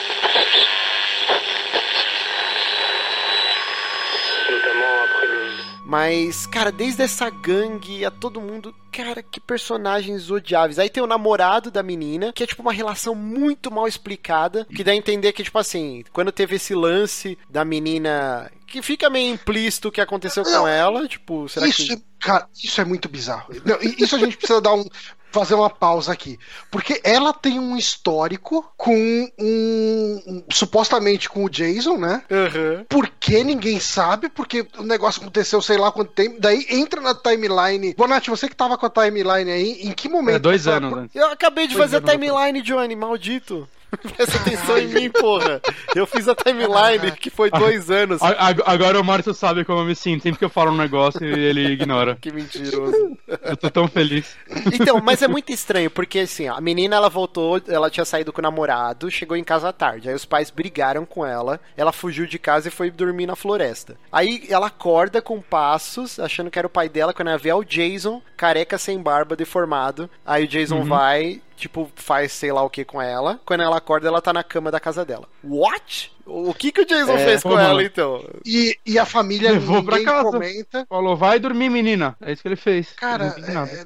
Mas, cara, desde essa gangue a todo mundo, cara, que personagens odiáveis. Aí tem o namorado da menina, que é tipo uma relação muito mal explicada, que dá a entender que, tipo assim, quando teve esse lance da menina, que fica meio implícito o que aconteceu com ela, tipo, será que... Cara, isso é muito bizarro. Não, isso a gente precisa fazer uma pausa aqui. Porque ela tem um histórico com supostamente com o Jason, né? Uhum. Por que ninguém sabe? Porque o negócio aconteceu sei lá quanto tempo. Daí entra na timeline. Bonatti, você que tava com a timeline aí, em que momento? 2 anos antes. Eu acabei de fazer a timeline, Johnny, maldito. Presta atenção em mim, porra. Eu fiz a timeline, que foi 2 anos. Agora o Márcio sabe como eu me sinto. Sempre que eu falo um negócio, ele ignora. Que mentiroso. Eu tô tão feliz. Então, mas é muito estranho, porque assim, a menina, ela voltou, ela tinha saído com o namorado, chegou em casa à tarde. Aí os pais brigaram com ela fugiu de casa e foi dormir na floresta. Aí ela acorda com passos, achando que era o pai dela, quando ela vê o Jason, careca, sem barba, deformado. Aí o Jason vai... tipo, faz sei lá o que com ela. Quando ela acorda, ela tá na cama da casa dela. What? O que o Jason fez com ela, então? E a família levou pra casa. Comenta. Falou, vai dormir, menina. É isso que ele fez. Cara,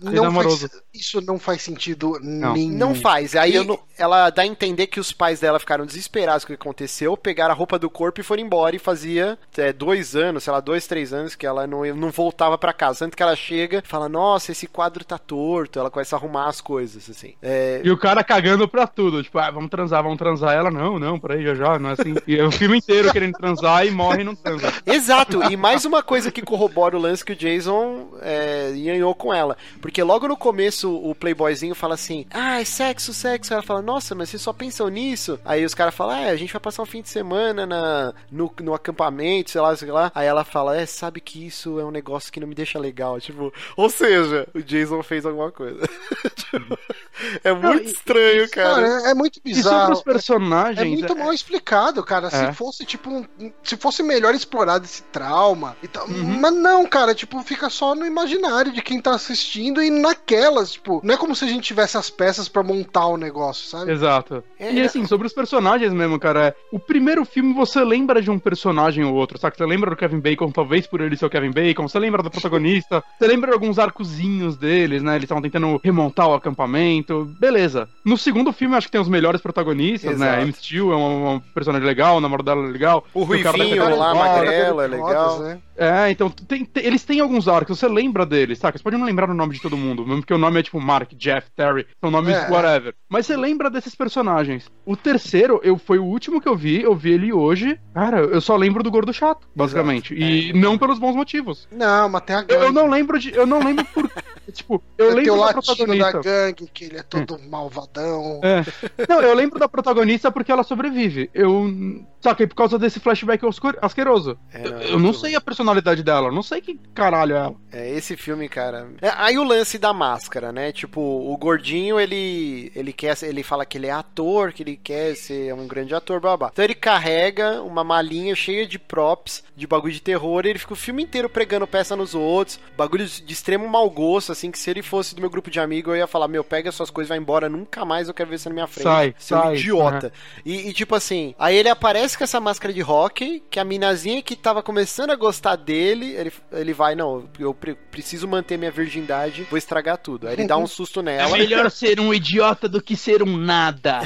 isso não faz sentido nenhum. Não faz. Aí ela dá a entender que os pais dela ficaram desesperados com o que aconteceu, pegaram a roupa do corpo e foram embora. E fazia 2 anos, sei lá, 2, 3 anos que ela não voltava pra casa. Tanto que ela chega e fala, nossa, esse quadro tá torto. Ela começa a arrumar as coisas, assim. E o cara cagando pra tudo. Tipo, vamos transar. Ela, não, peraí, já, não é assim. E é o filme inteiro querendo transar e morre e não transa. Exato. E mais uma coisa que corrobora o lance que o Jason enhanhou com ela. Porque logo no começo o playboyzinho fala assim, é sexo. Ela fala, nossa, mas vocês só pensam nisso? Aí os caras falam, a gente vai passar um fim de semana no acampamento, sei lá. Aí ela fala, sabe que isso é um negócio que não me deixa legal. Tipo, ou seja, o Jason fez alguma coisa. Tipo, é muito estranho, cara. É muito bizarro. E sobre os personagens... É muito mal explicado, cara. Se fosse, tipo, se fosse melhor explorado esse trauma e tal. Mas não, cara, tipo, fica só no imaginário de quem tá assistindo e naquelas, tipo, não é como se a gente tivesse as peças pra montar o negócio, sabe? Exato. E assim, sobre os personagens mesmo, cara, o primeiro filme você lembra de um personagem ou outro, sabe? Você lembra do Kevin Bacon, talvez por ele ser o Kevin Bacon, você lembra do protagonista, você lembra de alguns arcozinhos deles, né? Eles estavam tentando remontar o acampamento, beleza. No segundo filme, acho que tem os melhores protagonistas, né? Amy Steele é uma personagem legal, o namorado dela é legal. O Ruivinho lá, magrelo, é legal. Né? Então, eles têm alguns arcos, você lembra deles, saca? Você pode não lembrar o nome de todo mundo, mesmo porque o nome é tipo Mark, Jeff, Terry, são nomes whatever. Mas você lembra desses personagens. O terceiro, foi o último que eu vi ele hoje. Cara, eu só lembro do gordo chato, basicamente. E não pelos bons motivos. Não, mas tem a gangue. Eu não lembro por... tipo, eu lembro da protagonista. Da gangue, que ele é todo malvadão. Não, eu lembro da protagonista porque ela sobrevive. Saca, por causa desse flashback asqueroso. Eu não sei a personalidade dela, eu não sei que caralho é ela. Esse filme, cara... Aí o lance da máscara, né? Tipo, o gordinho, ele fala que ele é ator, que ele quer ser um grande ator, blá, blá. Então ele carrega uma malinha cheia de props, de bagulho de terror, e ele fica o filme inteiro pregando peça nos outros, bagulho de extremo mau gosto, assim, que se ele fosse do meu grupo de amigos, eu ia falar, pega suas coisas, vai embora, nunca mais eu quero ver você na minha frente. Sai. Um idiota. E tipo assim, aí ele aparece com essa máscara de hockey, que a minazinha que tava começando a gostar dele, ele vai, não, eu preciso manter minha virgindade, vou estragar tudo. Aí ele dá um susto nela. É melhor ser um idiota do que ser um nada.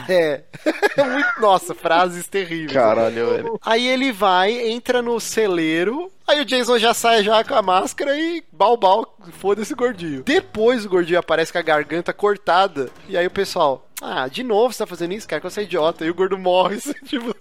Nossa, frases terríveis. Caralho, velho. Aí ele entra no celeiro. Aí o Jason já sai já com a máscara e bal, foda-se o gordinho. Depois o gordinho aparece com a garganta cortada. E aí o pessoal, de novo você tá fazendo isso, cara, que você é idiota. E o gordo morre. Tipo,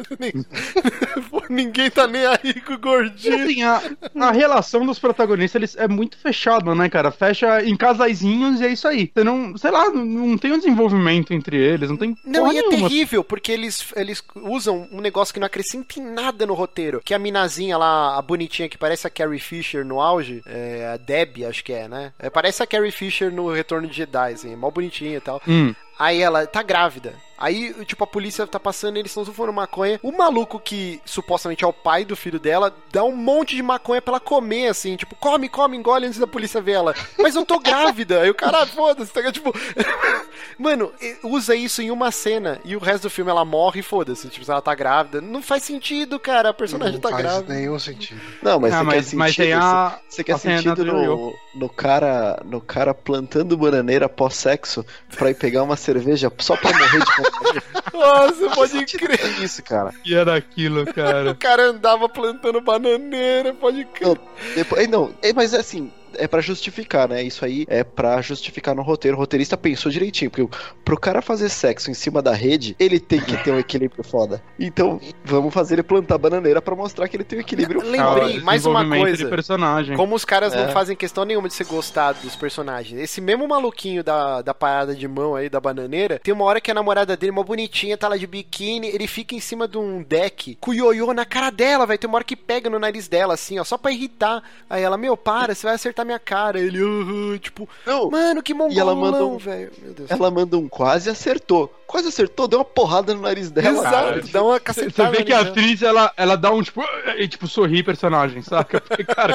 ninguém tá nem aí com o gordinho. E assim, a relação dos protagonistas é muito fechada, né, cara? Fecha em casaizinhos e é isso aí. Você não, sei lá, não tem um desenvolvimento entre eles, não tem. Não, e é terrível, porque eles usam um negócio que não acrescenta em nada no roteiro. Que a minazinha lá, a bonitinha que parece a Carrie Fisher no auge, a Debbie, acho que né? Parece a Carrie Fisher no Retorno de Jedi, assim, mó bonitinha e tal. Aí ela tá grávida. Aí, tipo, a polícia tá passando e eles estão fumando maconha. O maluco que supostamente é o pai do filho dela dá um monte de maconha pra ela comer, assim, tipo, come, engole antes da polícia ver ela. Mas eu tô grávida. Aí o cara, foda-se, tá, tipo... Mano, usa isso em uma cena e o resto do filme ela morre e foda-se. Tipo, se ela tá grávida. Não faz sentido, cara. A personagem tá grávida. Não faz nenhum sentido. Não, mas você quer sentido. Mas tem você quer sentido no cara plantando bananeira pós-sexo pra ir pegar uma cerveja só pra morrer de fome. Nossa, pode crer. Isso, cara. E era aquilo, cara. O cara andava plantando bananeira, pode crer. Mas assim, é pra justificar, né? Isso aí é pra justificar no roteiro. O roteirista pensou direitinho, porque pro cara fazer sexo em cima da rede, ele tem que ter um equilíbrio foda. Então, vamos fazer ele plantar bananeira pra mostrar que ele tem um equilíbrio foda. Lembrei, mais uma coisa. De personagem. Como os caras não fazem questão nenhuma de ser gostado dos personagens. Esse mesmo maluquinho da parada de mão aí, da bananeira, tem uma hora que a namorada dele, uma bonitinha, tá lá de biquíni, ele fica em cima de um deck com o ioiô na cara dela, vai ter uma hora que pega no nariz dela, assim, ó, só pra irritar. Aí ela, para, você vai acertar minha cara. Ele, tipo, não. Mano, que mongolão, velho. Meu Deus. Ela manda um quase acertou. Quase acertou, deu uma porrada no nariz dela. Exato, dá uma cacetada. Você vê que a atriz, ela dá um, tipo, e tipo, sorri personagem, saca? Porque, cara...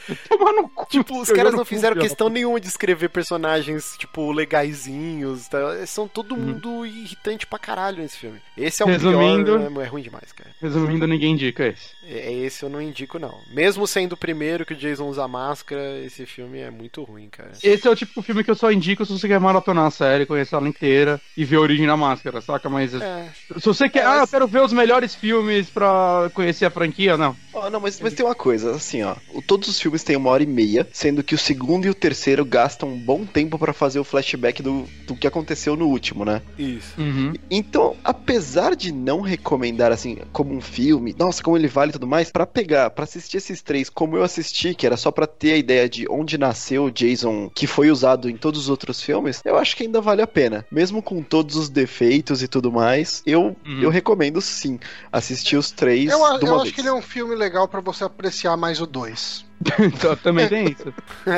Toma no cu. Tipo, os caras não fizeram questão nenhuma de escrever personagens, tipo, legaizinhos, tá? São todo mundo irritante pra caralho nesse filme. Esse é o pior, é ruim demais, cara. Resumindo, ninguém indica esse. Esse eu não indico, não. Mesmo sendo o primeiro que o Jason usa máscara, esse filme é muito ruim, cara. Esse é o tipo de filme que eu só indico se você quer maratonar a série, conhecer ela inteira e ver a origem da máscara, saca? Mas se você quer, eu quero ver os melhores filmes pra conhecer a franquia, não. Não, mas tem uma coisa, assim, ó. Todos os filmes têm 1h30, sendo que o segundo e o terceiro gastam um bom tempo pra fazer o flashback do que aconteceu no último, né? Isso. Uhum. Então, apesar de não recomendar, assim, como um filme, nossa, como ele vale e tudo mais, pra assistir esses três, como eu assisti, que era só pra ter a ideia de onde nasceu o Jason, que foi usado em todos os outros filmes, eu acho que ainda vale a pena. Mesmo com todos os defeitos e tudo mais, eu recomendo sim assistir os três de uma vez. Eu acho que ele é um filme legal pra você apreciar mais o 2. Então, também tem isso.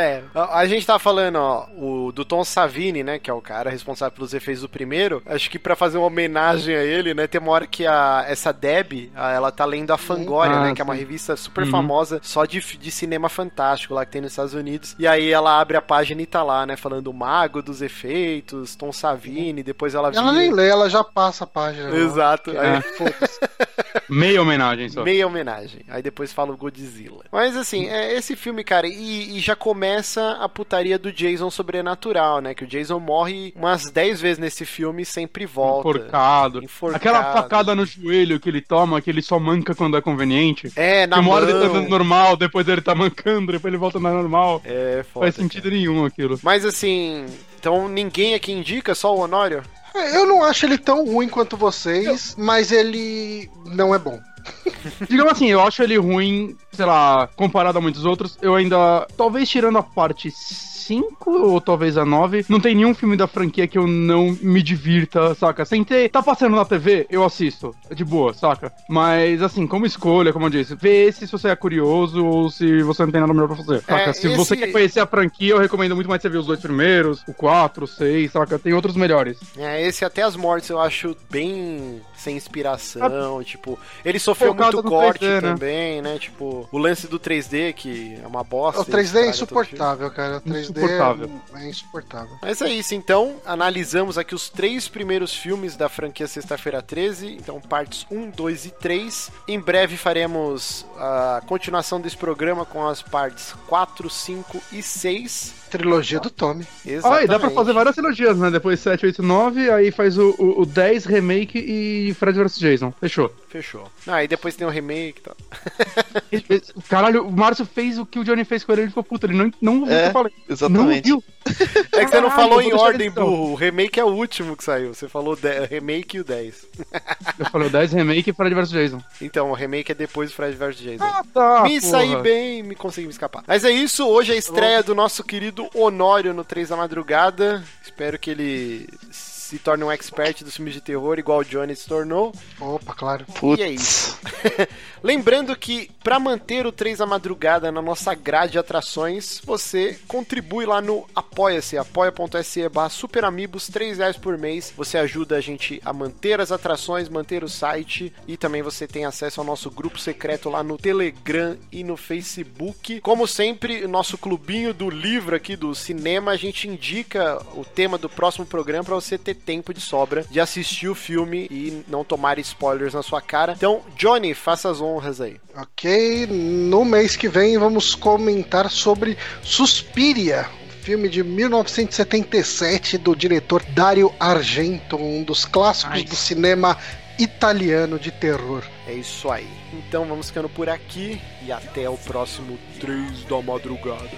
A gente tá falando, ó, do Tom Savini, né, que é o cara responsável pelos efeitos do primeiro. Acho que pra fazer uma homenagem a ele, né, tem uma hora que essa Debbie, ela tá lendo a Fangoria, né, que é uma revista super famosa, só de cinema fantástico lá que tem nos Estados Unidos. E aí ela abre a página e tá lá, né, falando o mago dos efeitos, Tom Savini, depois ela nem lê, ela já passa a página. Exato. Aí, meia homenagem só. Meia homenagem. Aí depois fala o Godzilla. Mas assim, esse filme, cara, e já começa a putaria do Jason sobrenatural, né? Que o Jason morre umas 10 vezes nesse filme e sempre volta. Enforcado. Aquela facada no joelho que ele toma, que ele só manca quando é conveniente. Na mão. Uma hora ele tá andando normal, depois ele tá mancando, depois ele volta a andar normal. Foda. Faz sentido nenhum aquilo. Mas assim, então ninguém aqui indica, só o Honório? Eu não acho ele tão ruim quanto vocês, mas ele não é bom. Digamos assim, eu acho ele ruim, sei lá, comparado a muitos outros. Eu ainda, talvez tirando a parte 5 ou talvez a 9, não tem nenhum filme da franquia que eu não me divirta, saca? Sem ter, tá passando na TV, eu assisto, de boa, saca? Mas assim, como escolha, como eu disse, vê esse se você é curioso ou se você não tem nada melhor pra fazer, saca? Se você quer conhecer a franquia, eu recomendo muito mais você ver os 2 primeiros, o 4, o 6, saca? Tem outros melhores. Esse até as mortes eu acho bem sem inspiração, tipo, ele sofreu muito corte 3D, também, né? Tipo, o lance do 3D, que é uma bosta. O 3D é insuportável, cara. O 3D é insuportável. Mas é isso, então, analisamos aqui os 3 primeiros filmes da franquia Sexta-feira 13, então partes 1, 2 e 3. Em breve faremos a continuação desse programa com as partes 4, 5 e 6. Trilogia do Tommy. E dá pra fazer várias trilogias, né? Depois 7, 8, 9, aí faz o 10 remake e Fred vs Jason. Fechou. E depois tem o remake e tal. Caralho, o Márcio fez o que o Johnny fez com ele ficou puto. Ele não ouviu o que eu falei. Exatamente. Não ouviu. É que você não falou em ordem, burro. O remake é o último que saiu. Você falou o remake e o 10. Eu falei o 10 remake e Fred vs Jason. Então, o remake é depois do Fred vs Jason. Tá, saí bem, consegui me escapar. Mas é isso, hoje é a estreia do nosso querido Honório no 3 da madrugada. Espero que ele se torne um expert dos filmes de terror, igual o Johnny se tornou. Opa, claro. E é isso. Lembrando que, para manter o 3 da madrugada na nossa grade de atrações, você contribui lá no Apoia-se, apoia.se/superamigos, R$3 por mês. Você ajuda a gente a manter as atrações, manter o site, e também você tem acesso ao nosso grupo secreto lá no Telegram e no Facebook. Como sempre, o nosso clubinho do livro aqui do cinema, a gente indica o tema do próximo programa para você ter tempo de sobra de assistir o filme e não tomar spoilers na sua cara. Então, Johnny, faça as honras aí. Ok, no mês que vem vamos comentar sobre Suspiria, filme de 1977 do diretor Dario Argento, um dos clássicos do cinema italiano de terror. É isso aí. Então vamos ficando por aqui e até o próximo 3 da madrugada.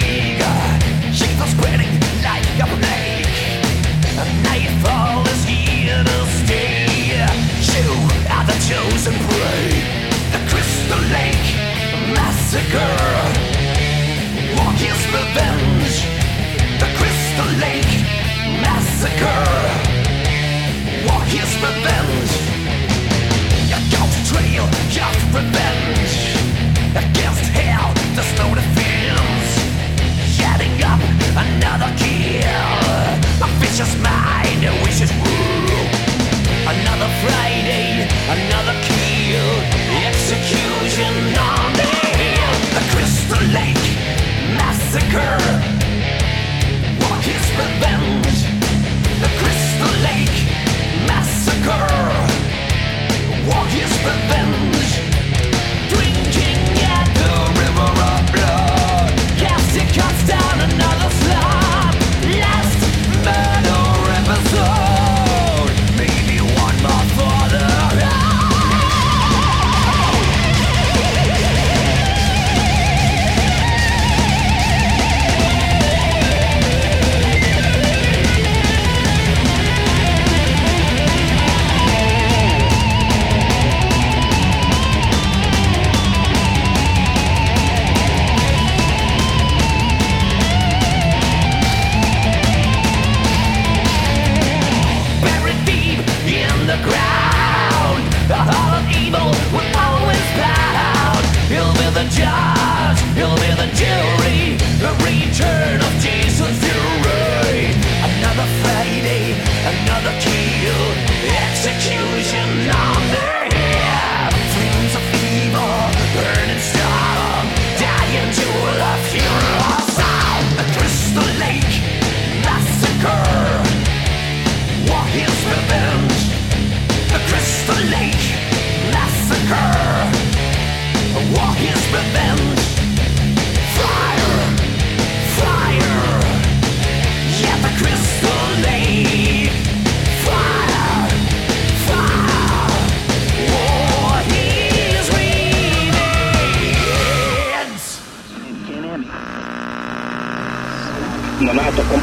Nightfall is here.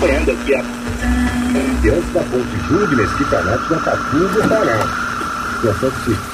acompanhando aqui a diante da ponte Júlio de Mesquita Neto, da Tatu do Pará. Situação que se